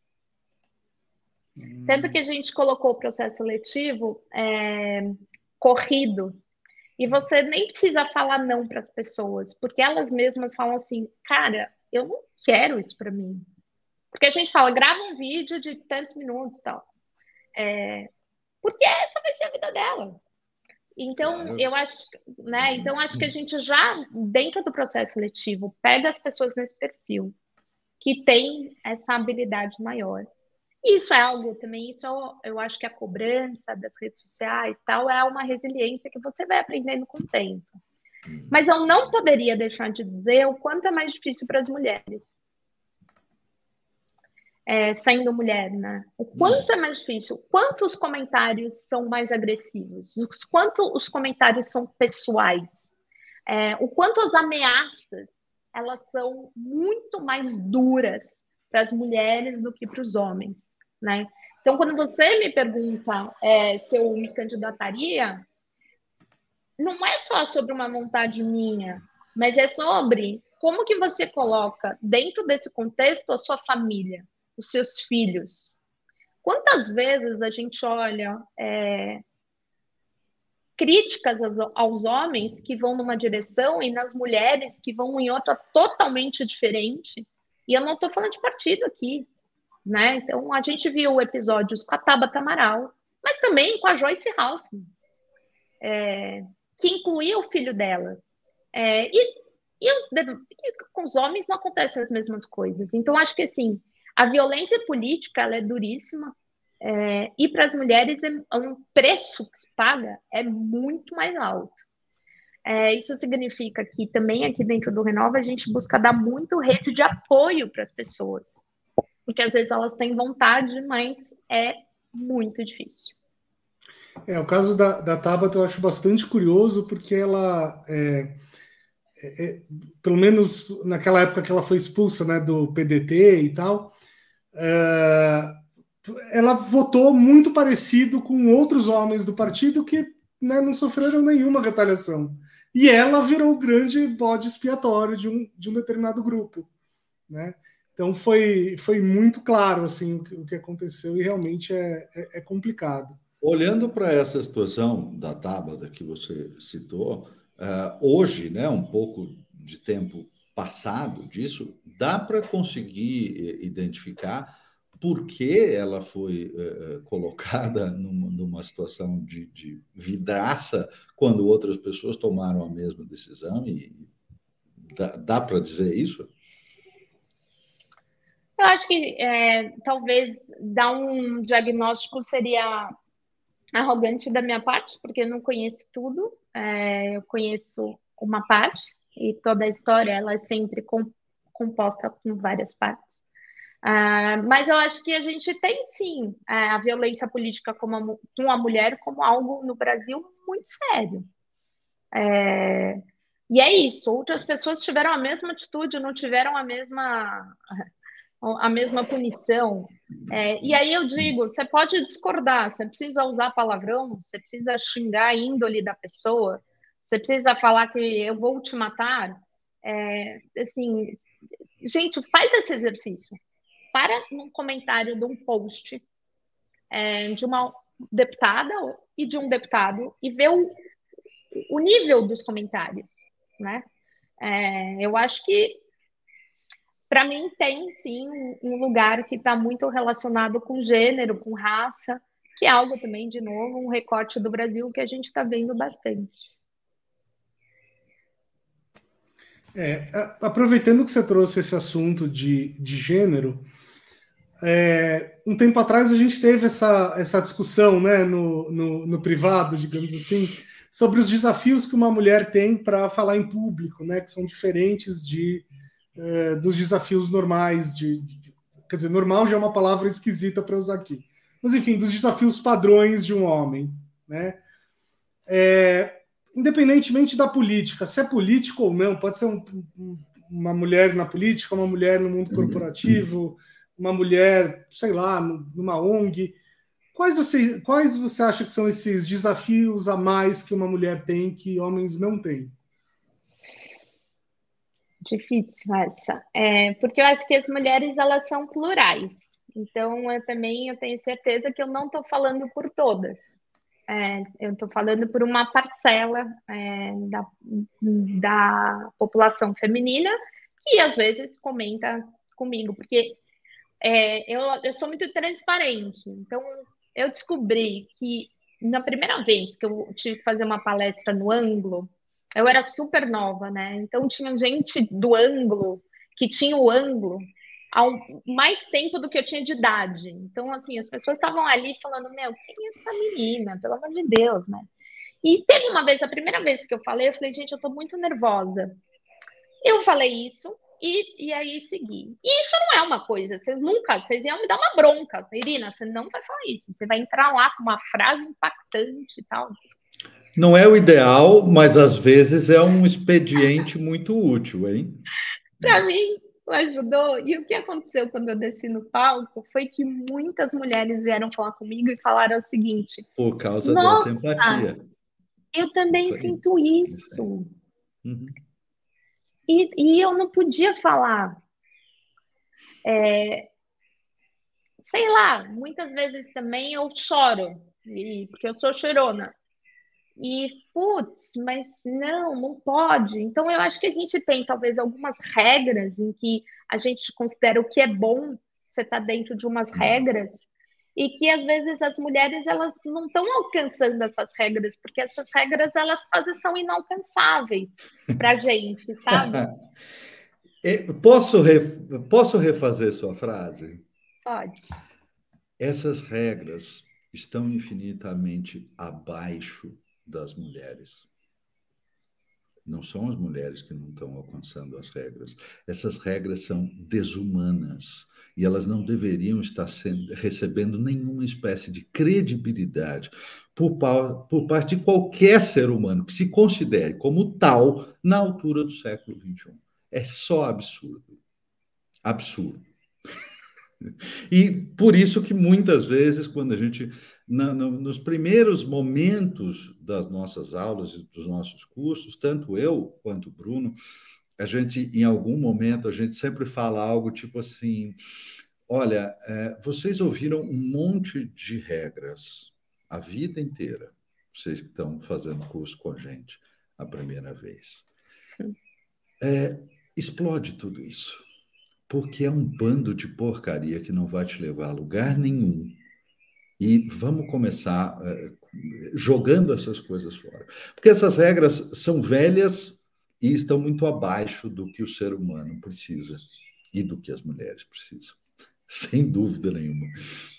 Uhum. Tanto que a gente colocou o processo seletivo é, corrido, e você nem precisa falar não para as pessoas, porque elas mesmas falam assim, cara, eu não quero isso para mim. Porque a gente fala, grava um vídeo de tantos minutos e tal. É, porque essa vai ser a vida dela. Então, Claro. eu acho, né? Então, acho que a gente já, dentro do processo seletivo, pega as pessoas nesse perfil, que tem essa habilidade maior. E isso é algo também, isso eu, eu acho que a cobrança das redes sociais, tal, é uma resiliência que você vai aprendendo com o tempo. Mas eu não poderia deixar de dizer o quanto é mais difícil para as mulheres. É, sendo mulher, né? O quanto é mais difícil, quanto os comentários são mais agressivos, os quanto os comentários são pessoais, é, o quanto as ameaças elas são muito mais duras para as mulheres do que para os homens, né? Então, quando você me pergunta é, se eu me candidataria, não é só sobre uma vontade minha, mas é sobre como que você coloca dentro desse contexto a sua família, os seus filhos. Quantas vezes a gente olha é, críticas aos, aos homens que vão numa direção e nas mulheres que vão em outra totalmente diferente? E eu não estou falando de partido aqui, né? Então, a gente viu episódios com a Tabata Amaral, mas também com a Joyce Haussmann, é, que incluía o filho dela. É, e, e, os, e com os homens não acontecem as mesmas coisas. Então, acho que, assim, a violência política ela é duríssima, é, e para as mulheres é um preço que se paga é muito mais alto. É, isso significa que também aqui dentro do Renova a gente busca dar muito rede de apoio para as pessoas, porque às vezes elas têm vontade, mas é muito difícil. É, o caso da, da Tabata eu acho bastante curioso, porque ela, é, é, é, pelo menos naquela época que ela foi expulsa, né, do P D T e tal, é, ela votou muito parecido com outros homens do partido que, né, não sofreram nenhuma retaliação. E ela virou o grande bode expiatório de um, de um determinado grupo, né? Então foi, foi muito claro assim, o, que, o que aconteceu e realmente é, é, é complicado. Olhando para essa situação da Tabata que você citou, uh, hoje, né, um pouco de tempo passado disso, dá para conseguir identificar por que ela foi uh, colocada numa, numa situação de, de vidraça quando outras pessoas tomaram a mesma decisão? E dá, dá para dizer isso? Eu acho que é, talvez dar um diagnóstico seria arrogante da minha parte, porque eu não conheço tudo, é, eu conheço uma parte, e toda a história ela é sempre com, composta com várias partes. Uh, mas eu acho que a gente tem, sim, a violência política como a, com a mulher como algo no Brasil muito sério. É, e é isso, outras pessoas tiveram a mesma atitude, não tiveram a mesma... a mesma punição. É, e aí eu digo, você pode discordar, você precisa usar palavrão, você precisa xingar a índole da pessoa, você precisa falar que eu vou te matar. É, assim, gente, faz esse exercício. Para num comentário de um post é, de uma deputada e de um deputado e vê o, o nível dos comentários, né? É, eu acho que para mim, tem sim um lugar que está muito relacionado com gênero, com raça, que é algo também, de novo, um recorte do Brasil que a gente está vendo bastante. É, aproveitando que você trouxe esse assunto de, de gênero, é, um tempo atrás a gente teve essa, essa discussão, né, no, no, no privado, digamos assim, sobre os desafios que uma mulher tem para falar em público, né, que são diferentes de É, dos desafios normais, de, de, quer dizer, normal já é uma palavra esquisita para usar aqui, mas enfim, dos desafios padrões de um homem, né? É, independentemente da política, se é político ou não, pode ser um, um, uma mulher na política, uma mulher no mundo corporativo, uma mulher, sei lá, numa O N G. Quais você, quais você acha que são esses desafios a mais que uma mulher tem que homens não têm? Difícil essa, é, porque eu acho que as mulheres elas são plurais, então eu também eu tenho certeza que eu não estou falando por todas, é, eu estou falando por uma parcela é, da, da população feminina que às vezes comenta comigo, porque é, eu, eu sou muito transparente, então eu descobri que na primeira vez que eu tive que fazer uma palestra no ângulo, eu era super nova, né? Então tinha gente do ângulo que tinha o ângulo há um- mais tempo do que eu tinha de idade. Então, assim, as pessoas estavam ali falando, meu, quem é essa menina? Pelo amor de Deus, né? E teve uma vez, a primeira vez que eu falei, eu falei, gente, eu tô muito nervosa. Eu falei isso e, e aí segui. E isso não é uma coisa, vocês nunca, vocês iam me dar uma bronca. Irina, você não vai falar isso, você vai entrar lá com uma frase impactante e tal. Não é o ideal, mas às vezes é um expediente muito útil, hein? Para mim, ajudou. E o que aconteceu quando eu desci no palco foi que muitas mulheres vieram falar comigo e falaram o seguinte: Por causa dessa nossa, empatia. eu também Isso aí. sinto Isso aí. isso. Uhum. E, e eu não podia falar. É, sei lá, muitas vezes também eu choro, e, porque eu sou chorona. E, putz, mas não, não pode. Então, eu acho que a gente tem talvez algumas regras em que a gente considera o que é bom, você está dentro de umas regras, e que às vezes as mulheres elas não estão alcançando essas regras, porque essas regras elas quase são inalcançáveis para a gente, sabe? Posso, ref... Posso refazer sua frase? Pode. Essas regras estão infinitamente abaixo das mulheres. Não são as mulheres que não estão alcançando as regras. Essas regras são desumanas e elas não deveriam estar sendo, recebendo nenhuma espécie de credibilidade por, por parte de qualquer ser humano que se considere como tal na altura do século vinte e um. É só absurdo. Absurdo. E por isso que muitas vezes, quando a gente, na, no, nos primeiros momentos das nossas aulas e dos nossos cursos, tanto eu quanto o Bruno, a gente, em algum momento, a gente sempre fala algo tipo assim, olha, é, vocês ouviram um monte de regras a vida inteira, vocês que estão fazendo curso com a gente a primeira vez. É, explode tudo isso. Porque é um bando de porcaria que não vai te levar a lugar nenhum. E vamos começar uh, jogando essas coisas fora. Porque essas regras são velhas e estão muito abaixo do que o ser humano precisa e do que as mulheres precisam. Sem dúvida nenhuma.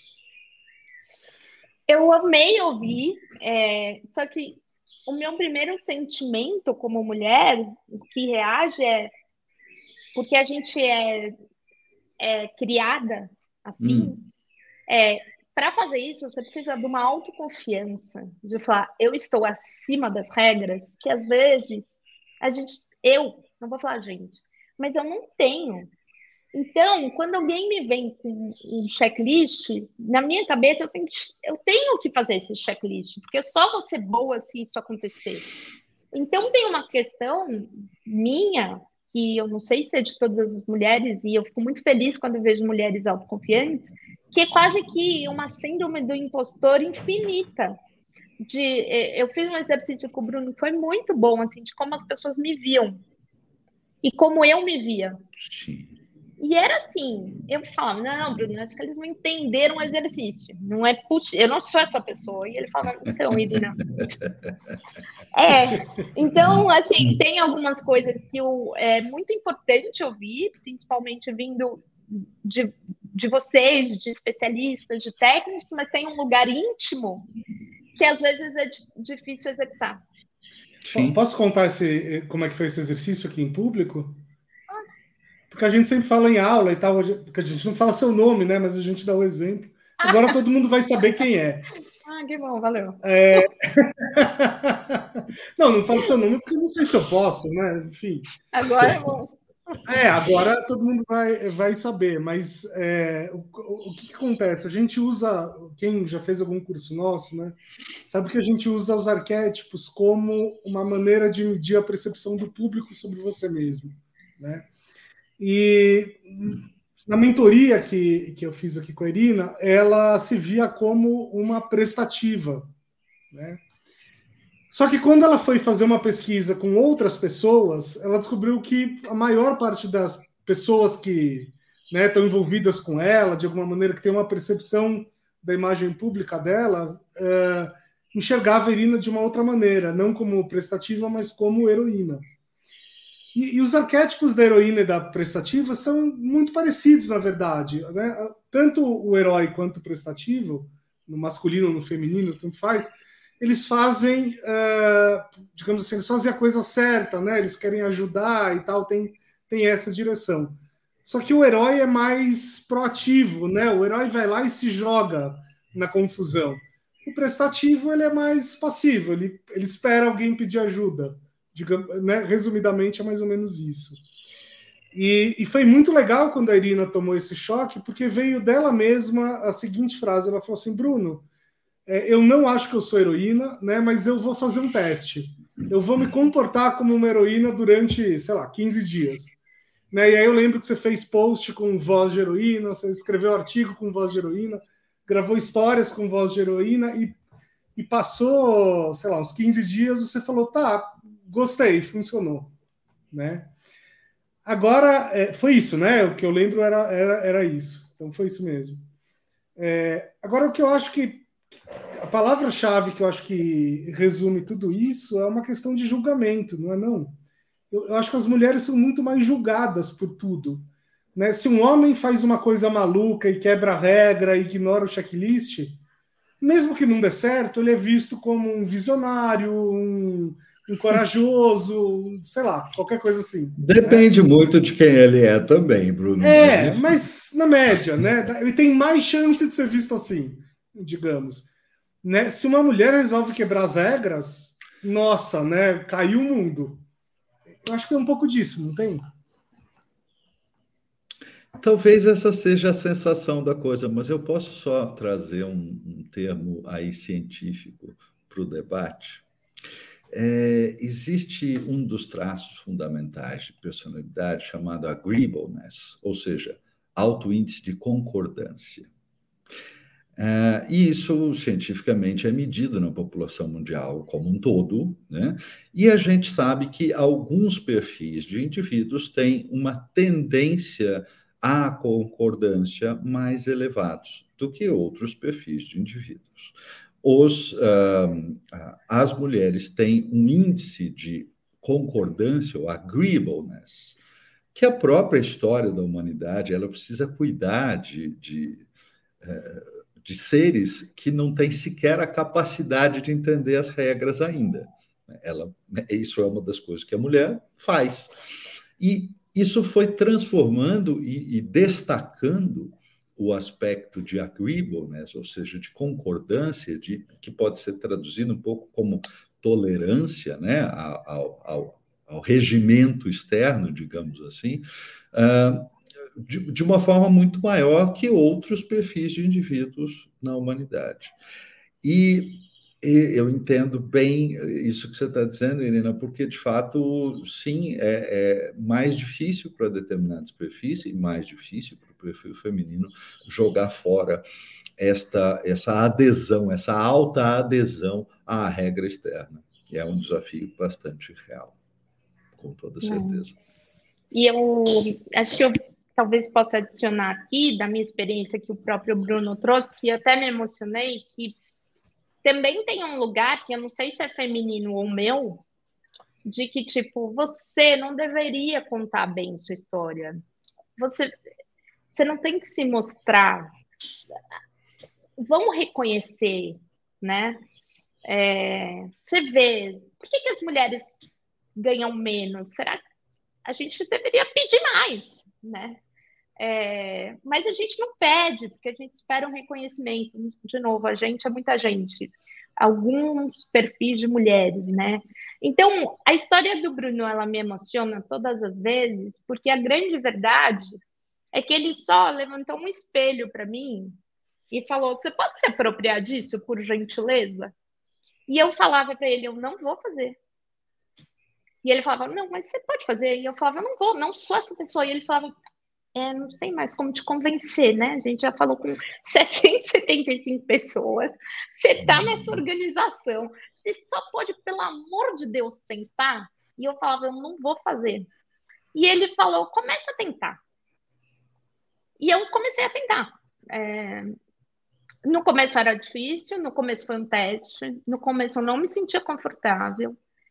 Eu amei ouvir, é, só que o meu primeiro sentimento como mulher, o que reage é porque a gente é, é criada assim, Hum. é, para fazer isso, você precisa de uma autoconfiança, de falar, eu estou acima das regras, que às vezes a gente, eu, não vou falar gente, mas eu não tenho. Então, quando alguém me vem com um checklist, na minha cabeça eu tenho que, eu tenho que fazer esse checklist, porque eu só vou ser boa se isso acontecer. Então, tem uma questão minha, que eu não sei se é de todas as mulheres, e eu fico muito feliz quando eu vejo mulheres autoconfiantes, que é quase que uma síndrome do impostor infinita. De, eu fiz um exercício com o Bruno que foi muito bom, assim, de como as pessoas me viam e como eu me via. Sim. E era assim, eu falava, não, Bruno, acho que eles não entenderam o exercício. Não é possível, eu não sou essa pessoa. E ele falava, então, Irina. É, então, assim, tem algumas coisas que eu, é muito importante ouvir, principalmente vindo de, de vocês, de especialistas, de técnicos, mas tem um lugar íntimo que às vezes é difícil executar. Sim. Posso contar esse, como é que foi esse exercício aqui em público? Porque a gente sempre fala em aula e tal, porque a gente não fala seu nome, né? Mas a gente dá o exemplo. Agora todo mundo vai saber quem é. Ah, que bom, valeu. É... não, não falo seu nome porque não sei se eu posso, né? Enfim. Agora é bom. É, agora todo mundo vai, vai saber, mas é, o, o, o que, que acontece? A gente usa, quem já fez algum curso nosso, né? Sabe que a gente usa os arquétipos como uma maneira de medir a percepção do público sobre você mesmo, né? E na mentoria que, que eu fiz aqui com a Irina, ela se via como uma prestativa, né? Só que quando ela foi fazer uma pesquisa com outras pessoas, ela descobriu que a maior parte das pessoas que, né, estão envolvidas com ela, de alguma maneira, que tem uma percepção da imagem pública dela, uh, enxergava a Irina de uma outra maneira, não como prestativa, mas como heroína. E, e os arquétipos da heroína e da prestativa são muito parecidos, na verdade, né? Tanto o herói quanto o prestativo, no masculino ou no feminino, tanto faz, eles fazem, uh, digamos assim, eles fazem a coisa certa, né? Eles querem ajudar e tal, tem, tem essa direção. Só que o herói é mais proativo, né? O herói vai lá e se joga na confusão. O prestativo, ele é mais passivo, ele, ele espera alguém pedir ajuda. Digamos, né? Resumidamente, é mais ou menos isso. E, e foi muito legal quando a Irina tomou esse choque, porque veio dela mesma a seguinte frase, ela falou assim, Bruno, é, eu não acho que eu sou heroína, né, mas eu vou fazer um teste. Eu vou me comportar como uma heroína durante, sei lá, quinze dias. Né? E aí eu lembro que você fez post com voz de heroína, você escreveu artigo com voz de heroína, gravou histórias com voz de heroína e, e passou, sei lá, uns quinze dias, você falou, tá, gostei, funcionou. Né? Agora, é, foi isso, né? O que eu lembro era, era, era isso. Então foi isso mesmo. É, agora, o que eu acho que a palavra-chave que eu acho que resume tudo isso é uma questão de julgamento, não é não? Eu, eu acho que as mulheres são muito mais julgadas por tudo. Né? Se um homem faz uma coisa maluca e quebra a regra e ignora o checklist, mesmo que não dê certo, ele é visto como um visionário, um, um corajoso, um, sei lá, qualquer coisa assim. Depende né? muito de quem ele é também, Bruno. É, mas, mas na média, né? Ele tem mais chance de ser visto assim, digamos. Né? Se uma mulher resolve quebrar as regras, nossa, né? Caiu o mundo. Eu acho que é um pouco disso, não tem? Talvez essa seja a sensação da coisa, mas eu posso só trazer um, um termo aí científico para o debate. É, existe um dos traços fundamentais de personalidade chamado agreeableness, ou seja, alto índice de concordância. É, e isso cientificamente é medido na população mundial como um todo, né? E a gente sabe que alguns perfis de indivíduos têm uma tendência à concordância mais elevados do que outros perfis de indivíduos. Os, uh, as mulheres têm um índice de concordância ou agreeableness que a própria história da humanidade ela precisa cuidar de, de uh, de seres que não têm sequer a capacidade de entender as regras ainda. Ela, isso é uma das coisas que a mulher faz. E isso foi transformando e, e destacando o aspecto de agreeableness, ou seja, de concordância, de, que pode ser traduzido um pouco como tolerância, né, ao, ao, ao regimento externo, digamos assim, uh, De, de uma forma muito maior que outros perfis de indivíduos na humanidade. E, e eu entendo bem isso que você está dizendo, Irina, porque, de fato, sim, é, é mais difícil para determinados perfis e mais difícil para o perfil feminino jogar fora esta, essa adesão, essa alta adesão à regra externa. E é um desafio bastante real, com toda certeza. E eu acho que eu talvez possa adicionar aqui, da minha experiência que o próprio Bruno trouxe, que eu até me emocionei, que também tem um lugar, que eu não sei se é feminino ou meu, de que, tipo, você não deveria contar bem sua história. Você, você não tem que se mostrar. Vamos reconhecer, né? É, você vê, por que, que as mulheres ganham menos? Será que a gente deveria pedir mais, né? É, mas a gente não pede, porque a gente espera um reconhecimento. De novo, a gente é muita gente. Alguns perfis de mulheres, né? Então, a história do Bruno, ela me emociona todas as vezes, porque a grande verdade é que ele só levantou um espelho para mim e falou: você pode se apropriar disso, por gentileza? E eu falava para ele: eu não vou fazer. E ele falava: não, mas você pode fazer. E eu falava: não vou, não sou essa pessoa. E ele falava: é, não sei mais como te convencer, né? A gente já falou com setecentas e setenta e cinco pessoas. Você está nessa organização. Você só pode, pelo amor de Deus, tentar. E eu falava: eu não vou fazer. E ele falou: começa a tentar. E eu comecei a tentar. É... No começo era difícil, no começo foi um teste, no começo eu não me sentia confortável.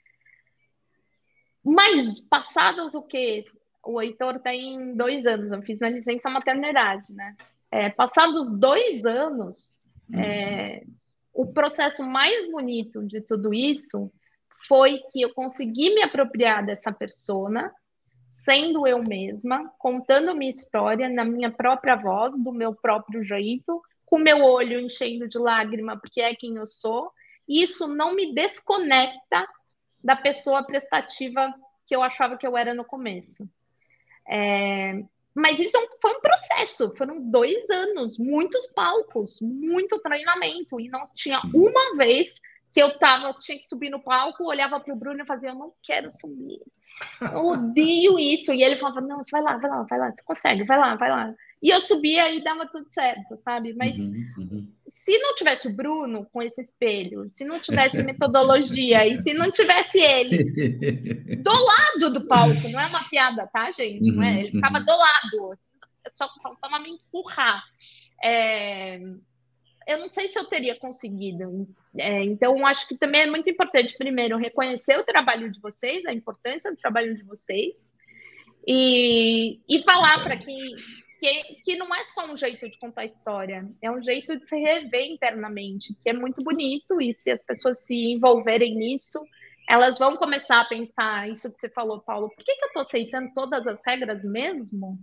Mas passados o quê? O Heitor tem dois anos, eu fiz na licença maternidade, né? É, passados dois anos, é, o processo mais bonito de tudo isso foi que eu consegui me apropriar dessa persona, sendo eu mesma, contando minha história na minha própria voz, do meu próprio jeito, com meu olho enchendo de lágrima, porque é quem eu sou, e isso não me desconecta da pessoa prestativa que eu achava que eu era no começo. É... Mas isso foi um processo, foram dois anos, muitos palcos, muito treinamento, e não tinha uma vez que eu tava, tinha que subir no palco, olhava para o Bruno e fazia, eu não quero subir, eu odeio isso, e ele falava, não, você vai lá, vai lá, vai lá, você consegue, vai lá, vai lá, e eu subia e dava tudo certo, sabe, mas uhum, uhum. Se não tivesse o Bruno com esse espelho, se não tivesse metodologia, e se não tivesse ele do lado do palco, não é uma piada, tá, gente, não é? Ele ficava do lado, só faltava me empurrar, é... eu não sei se eu teria conseguido. É, então, acho que também é muito importante, primeiro, reconhecer o trabalho de vocês, a importância do trabalho de vocês, e, e falar para que, que, que não é só um jeito de contar história, é um jeito de se rever internamente, que é muito bonito, e se as pessoas se envolverem nisso, elas vão começar a pensar, isso que você falou, Paulo, por que, que eu estou aceitando todas as regras mesmo?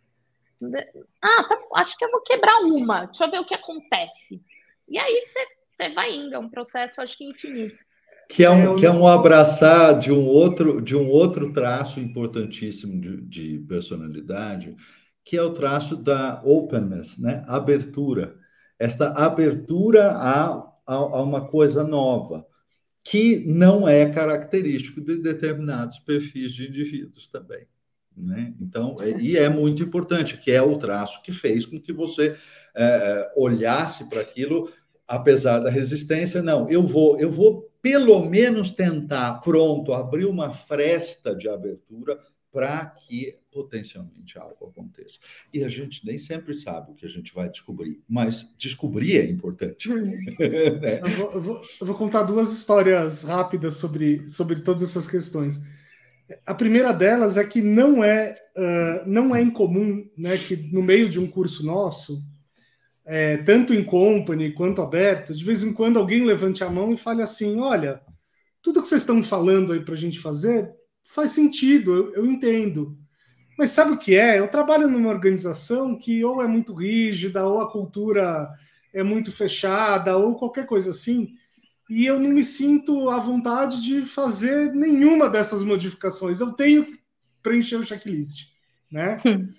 Ah, tá, acho que eu vou quebrar uma, deixa eu ver o que acontece. E aí você, você vai indo, é um processo, acho que infinito. Que é um, que é um abraçar de um outro, de um outro traço importantíssimo de, de personalidade, que é o traço da openness, né? Abertura. Esta abertura a, a, a uma coisa nova, que não é característico de determinados perfis de indivíduos também. Né? Então, e é muito importante, que é o traço que fez com que você é, olhasse para aquilo, apesar da resistência. Não, eu vou, eu vou pelo menos tentar, pronto, abrir uma fresta de abertura para que potencialmente algo aconteça. E a gente nem sempre sabe o que a gente vai descobrir, mas descobrir é importante. Hum. é. eu, vou, eu, vou, eu vou contar duas histórias rápidas sobre, sobre todas essas questões. A primeira delas é que não é, uh, não é incomum, né, que no meio de um curso nosso, é, tanto em company quanto aberto, de vez em quando alguém levante a mão e fale assim, olha, tudo que vocês estão falando aí para a gente fazer faz sentido, eu, eu entendo. Mas sabe o que é? Eu trabalho numa organização que ou é muito rígida, ou a cultura é muito fechada, ou qualquer coisa assim, e eu não me sinto à vontade de fazer nenhuma dessas modificações. Eu tenho que preencher o checklist, né? Hum.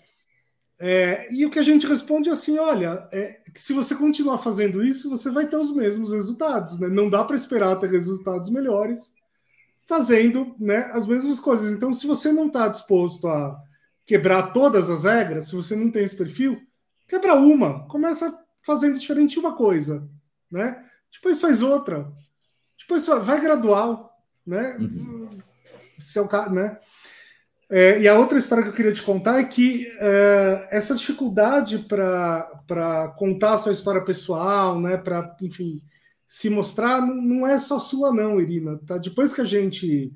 É, e o que a gente responde é assim, olha, é, que se você continuar fazendo isso, você vai ter os mesmos resultados, né? Não dá para esperar ter resultados melhores fazendo, né, as mesmas coisas. Então, se você não está disposto a quebrar todas as regras, se você não tem esse perfil, quebra uma, começa fazendo diferente uma coisa, né? Depois faz outra. Depois vai gradual, né? Uhum. Se é o caso, né? É, e a outra história que eu queria te contar é que é, essa dificuldade para contar a sua história pessoal, né? Para, enfim, se mostrar, não, não é só sua, não, Irina. Tá? Depois que a gente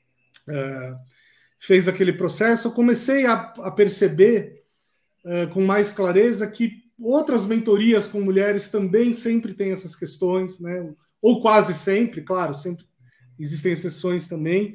é, fez aquele processo, eu comecei a, a perceber é, com mais clareza que outras mentorias com mulheres também sempre têm essas questões, né? Ou quase sempre, claro, sempre existem exceções também.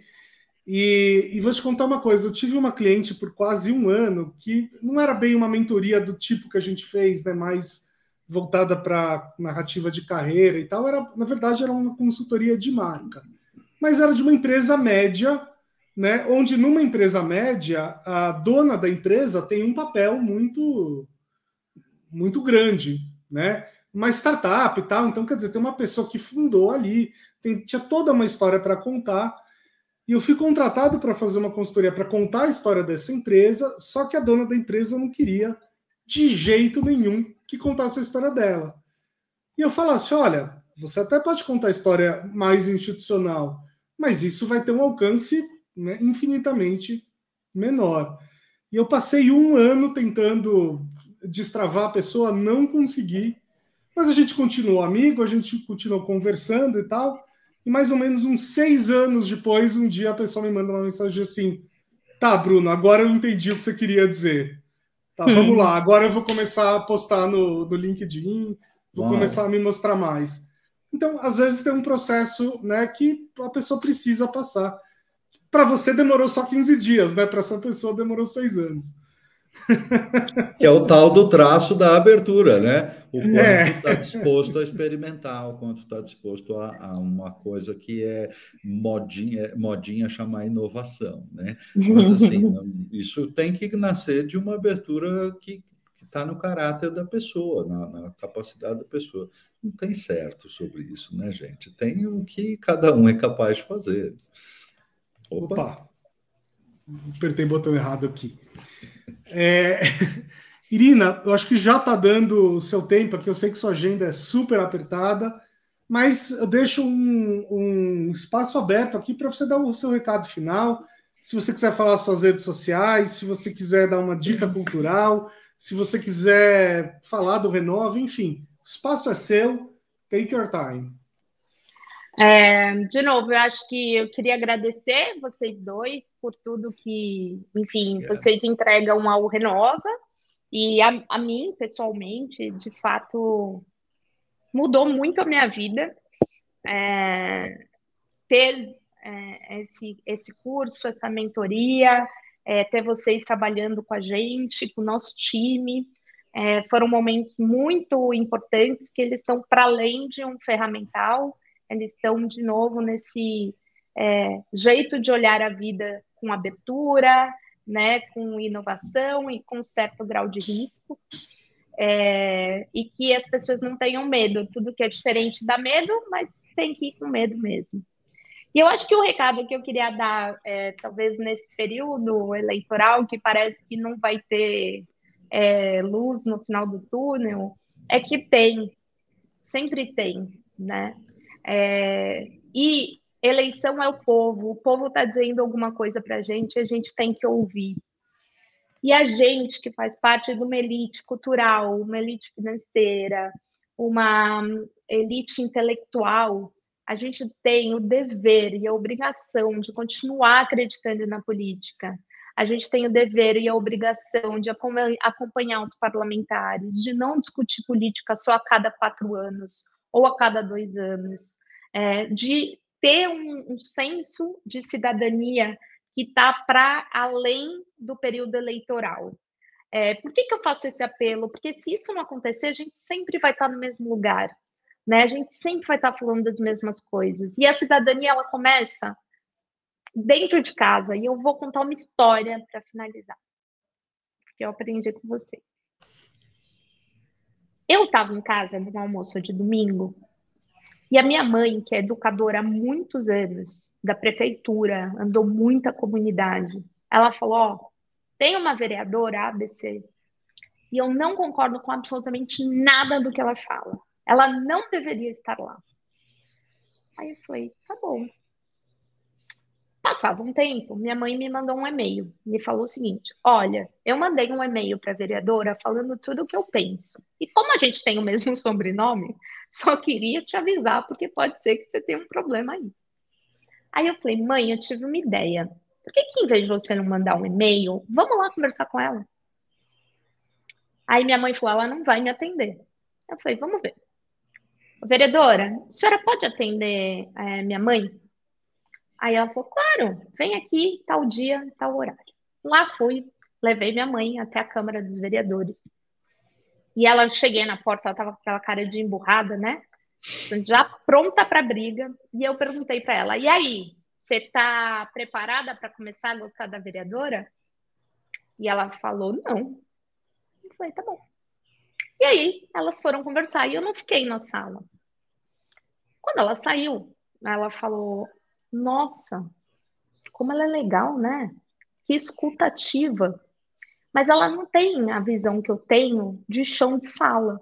E, e vou te contar uma coisa, eu tive uma cliente por quase um ano que não era bem uma mentoria do tipo que a gente fez, né, mais voltada para narrativa de carreira e tal, era, na verdade era uma consultoria de marca, mas era de uma empresa média, né, onde numa empresa média, a dona da empresa tem um papel muito, muito grande, né? Uma startup e tal, então quer dizer, tem uma pessoa que fundou ali, tem, tinha toda uma história para contar, e eu fui contratado para fazer uma consultoria para contar a história dessa empresa, só que a dona da empresa não queria de jeito nenhum que contasse a história dela. E eu falasse, olha, você até pode contar a história mais institucional, mas isso vai ter um alcance, né, infinitamente menor. E eu passei um ano tentando destravar a pessoa, não consegui, Mas a gente continuou amigo, a gente continuou conversando e tal. E mais ou menos uns seis anos depois, um dia a pessoa me manda uma mensagem assim: tá, Bruno, agora eu entendi o que você queria dizer. Tá, vamos lá, agora eu vou começar a postar no, no LinkedIn, vou Uau. começar a me mostrar mais. Então, às vezes tem um processo, né, que a pessoa precisa passar. Para você demorou só quinze dias, né? Para essa pessoa demorou seis anos. Que é o tal do traço da abertura, né? O quanto está é. disposto a experimentar, o quanto está disposto a, a uma coisa que é modinha, modinha chamar inovação, né? Mas, assim, isso tem que nascer de uma abertura que está no caráter da pessoa, na, na capacidade da pessoa. Não tem certo sobre isso, né, gente? Tem o que cada um é capaz de fazer. Opa! Opa. Apertei o botão errado aqui. É... Irina, eu acho que já está dando o seu tempo aqui, eu sei que sua agenda é super apertada, mas eu deixo um, um espaço aberto aqui para você dar o seu recado final. Se você quiser falar suas redes sociais, se você quiser dar uma dica cultural, se você quiser falar do Renova, enfim, o espaço é seu, take your time. É, de novo, eu acho que eu queria agradecer vocês dois por tudo que, enfim, yeah. vocês entregam ao Renova. E a, a mim, pessoalmente, de fato, mudou muito a minha vida é, ter é, esse, esse curso, essa mentoria, é, ter vocês trabalhando com a gente, com o nosso time. É, foram momentos muito importantes que eles estão para além de um ferramental, eles estão, de novo, nesse é, jeito de olhar a vida com abertura, né, com inovação e com certo grau de risco, é, e que as pessoas não tenham medo. Tudo que é diferente dá medo, mas tem que ir com medo mesmo. E eu acho que o recado que eu queria dar, é, talvez nesse período eleitoral, que parece que não vai ter é, luz no final do túnel, é que tem, sempre tem, né? É, e eleição é o povo, o povo está dizendo alguma coisa para a gente, a gente tem que ouvir. E a gente que faz parte de uma elite cultural, uma elite financeira, uma elite intelectual, a gente tem o dever e a obrigação de continuar acreditando na política. A gente tem o dever e a obrigação de acompanhar os parlamentares, de não discutir política só a cada quatro anos ou a cada dois anos, é, de ter um, um senso de cidadania que está para além do período eleitoral. É, por que, que eu faço esse apelo? Porque se isso não acontecer, a gente sempre vai estar no mesmo lugar, né? A gente sempre vai estar falando das mesmas coisas. E a cidadania, ela começa dentro de casa. E eu vou contar uma história para finalizar, que eu aprendi com vocês. Eu estava em casa no almoço de domingo, e a minha mãe, que é educadora há muitos anos, da prefeitura, andou muita comunidade, ela falou, ó, tem uma vereadora A B C, e eu não concordo com absolutamente nada do que ela fala. Ela não deveria estar lá. Aí eu falei, tá bom. Passava um tempo, minha mãe me mandou um e-mail, me falou o seguinte, olha, eu mandei um e-mail para a vereadora falando tudo o que eu penso. E como a gente tem o mesmo sobrenome, só queria te avisar, porque pode ser que você tenha um problema aí. Aí eu falei, mãe, eu tive uma ideia. Por que que em vez de você não mandar um e-mail, vamos lá conversar com ela? Aí minha mãe falou, ela não vai me atender. Eu falei, vamos ver. Vereadora, a senhora pode atender é, minha mãe? Aí ela falou, claro, vem aqui, tal dia, tal horário. Lá fui, levei minha mãe até a Câmara dos Vereadores. E ela, cheguei na porta, ela estava com aquela cara de emburrada, né? Já pronta para a briga. E eu perguntei para ela, e aí, você está preparada para começar a gostar da vereadora? E ela falou, não. Eu falei, tá bom. E aí, elas foram conversar e eu não fiquei na sala. Quando ela saiu, ela falou, nossa, como ela é legal, né? Que escutativa. Mas ela não tem a visão que eu tenho de chão de sala.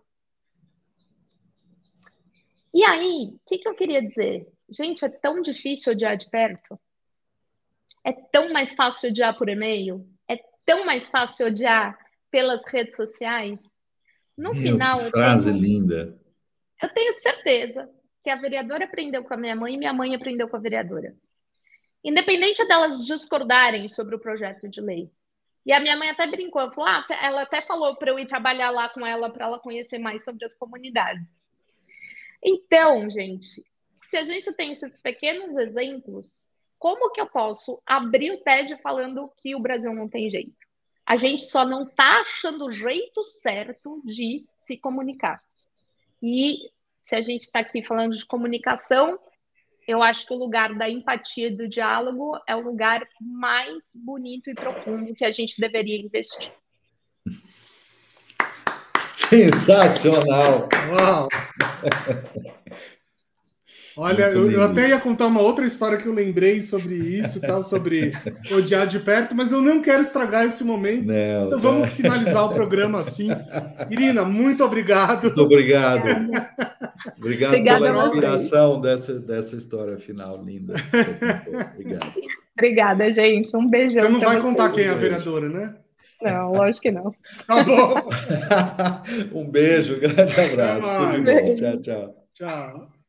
E aí, o que, que eu queria dizer? Gente, é tão difícil odiar de perto. É tão mais fácil odiar por e-mail. É tão mais fácil odiar pelas redes sociais. No Meu, final, que frase eu tenho... linda. Eu tenho certeza que a vereadora aprendeu com a minha mãe e minha mãe aprendeu com a vereadora. Independente delas discordarem sobre o projeto de lei. E a minha mãe até brincou, falou, ah, ela até falou para eu ir trabalhar lá com ela para ela conhecer mais sobre as comunidades. Então, gente, se a gente tem esses pequenos exemplos, como que eu posso abrir o T E D falando que o Brasil não tem jeito? A gente só não está achando o jeito certo de se comunicar. E se a gente está aqui falando de comunicação, eu acho que o lugar da empatia e do diálogo é o lugar mais bonito e profundo que a gente deveria investir. Sensacional! Uau! Olha, eu, eu até ia contar uma outra história que eu lembrei sobre isso, tal, sobre odiar de perto, mas eu não quero estragar esse momento. Não, então vamos tá. finalizar o programa assim. Irina, muito obrigado. Muito obrigado. Obrigado Obrigada pela inspiração dessa, dessa história final linda. Obrigado. Obrigada, gente. Um beijão. Você não vai vocês. contar quem é a vereadora, né? Não, lógico que não. Tá bom. Um beijo, grande abraço. Tudo bom. Tchau, tchau. Tchau.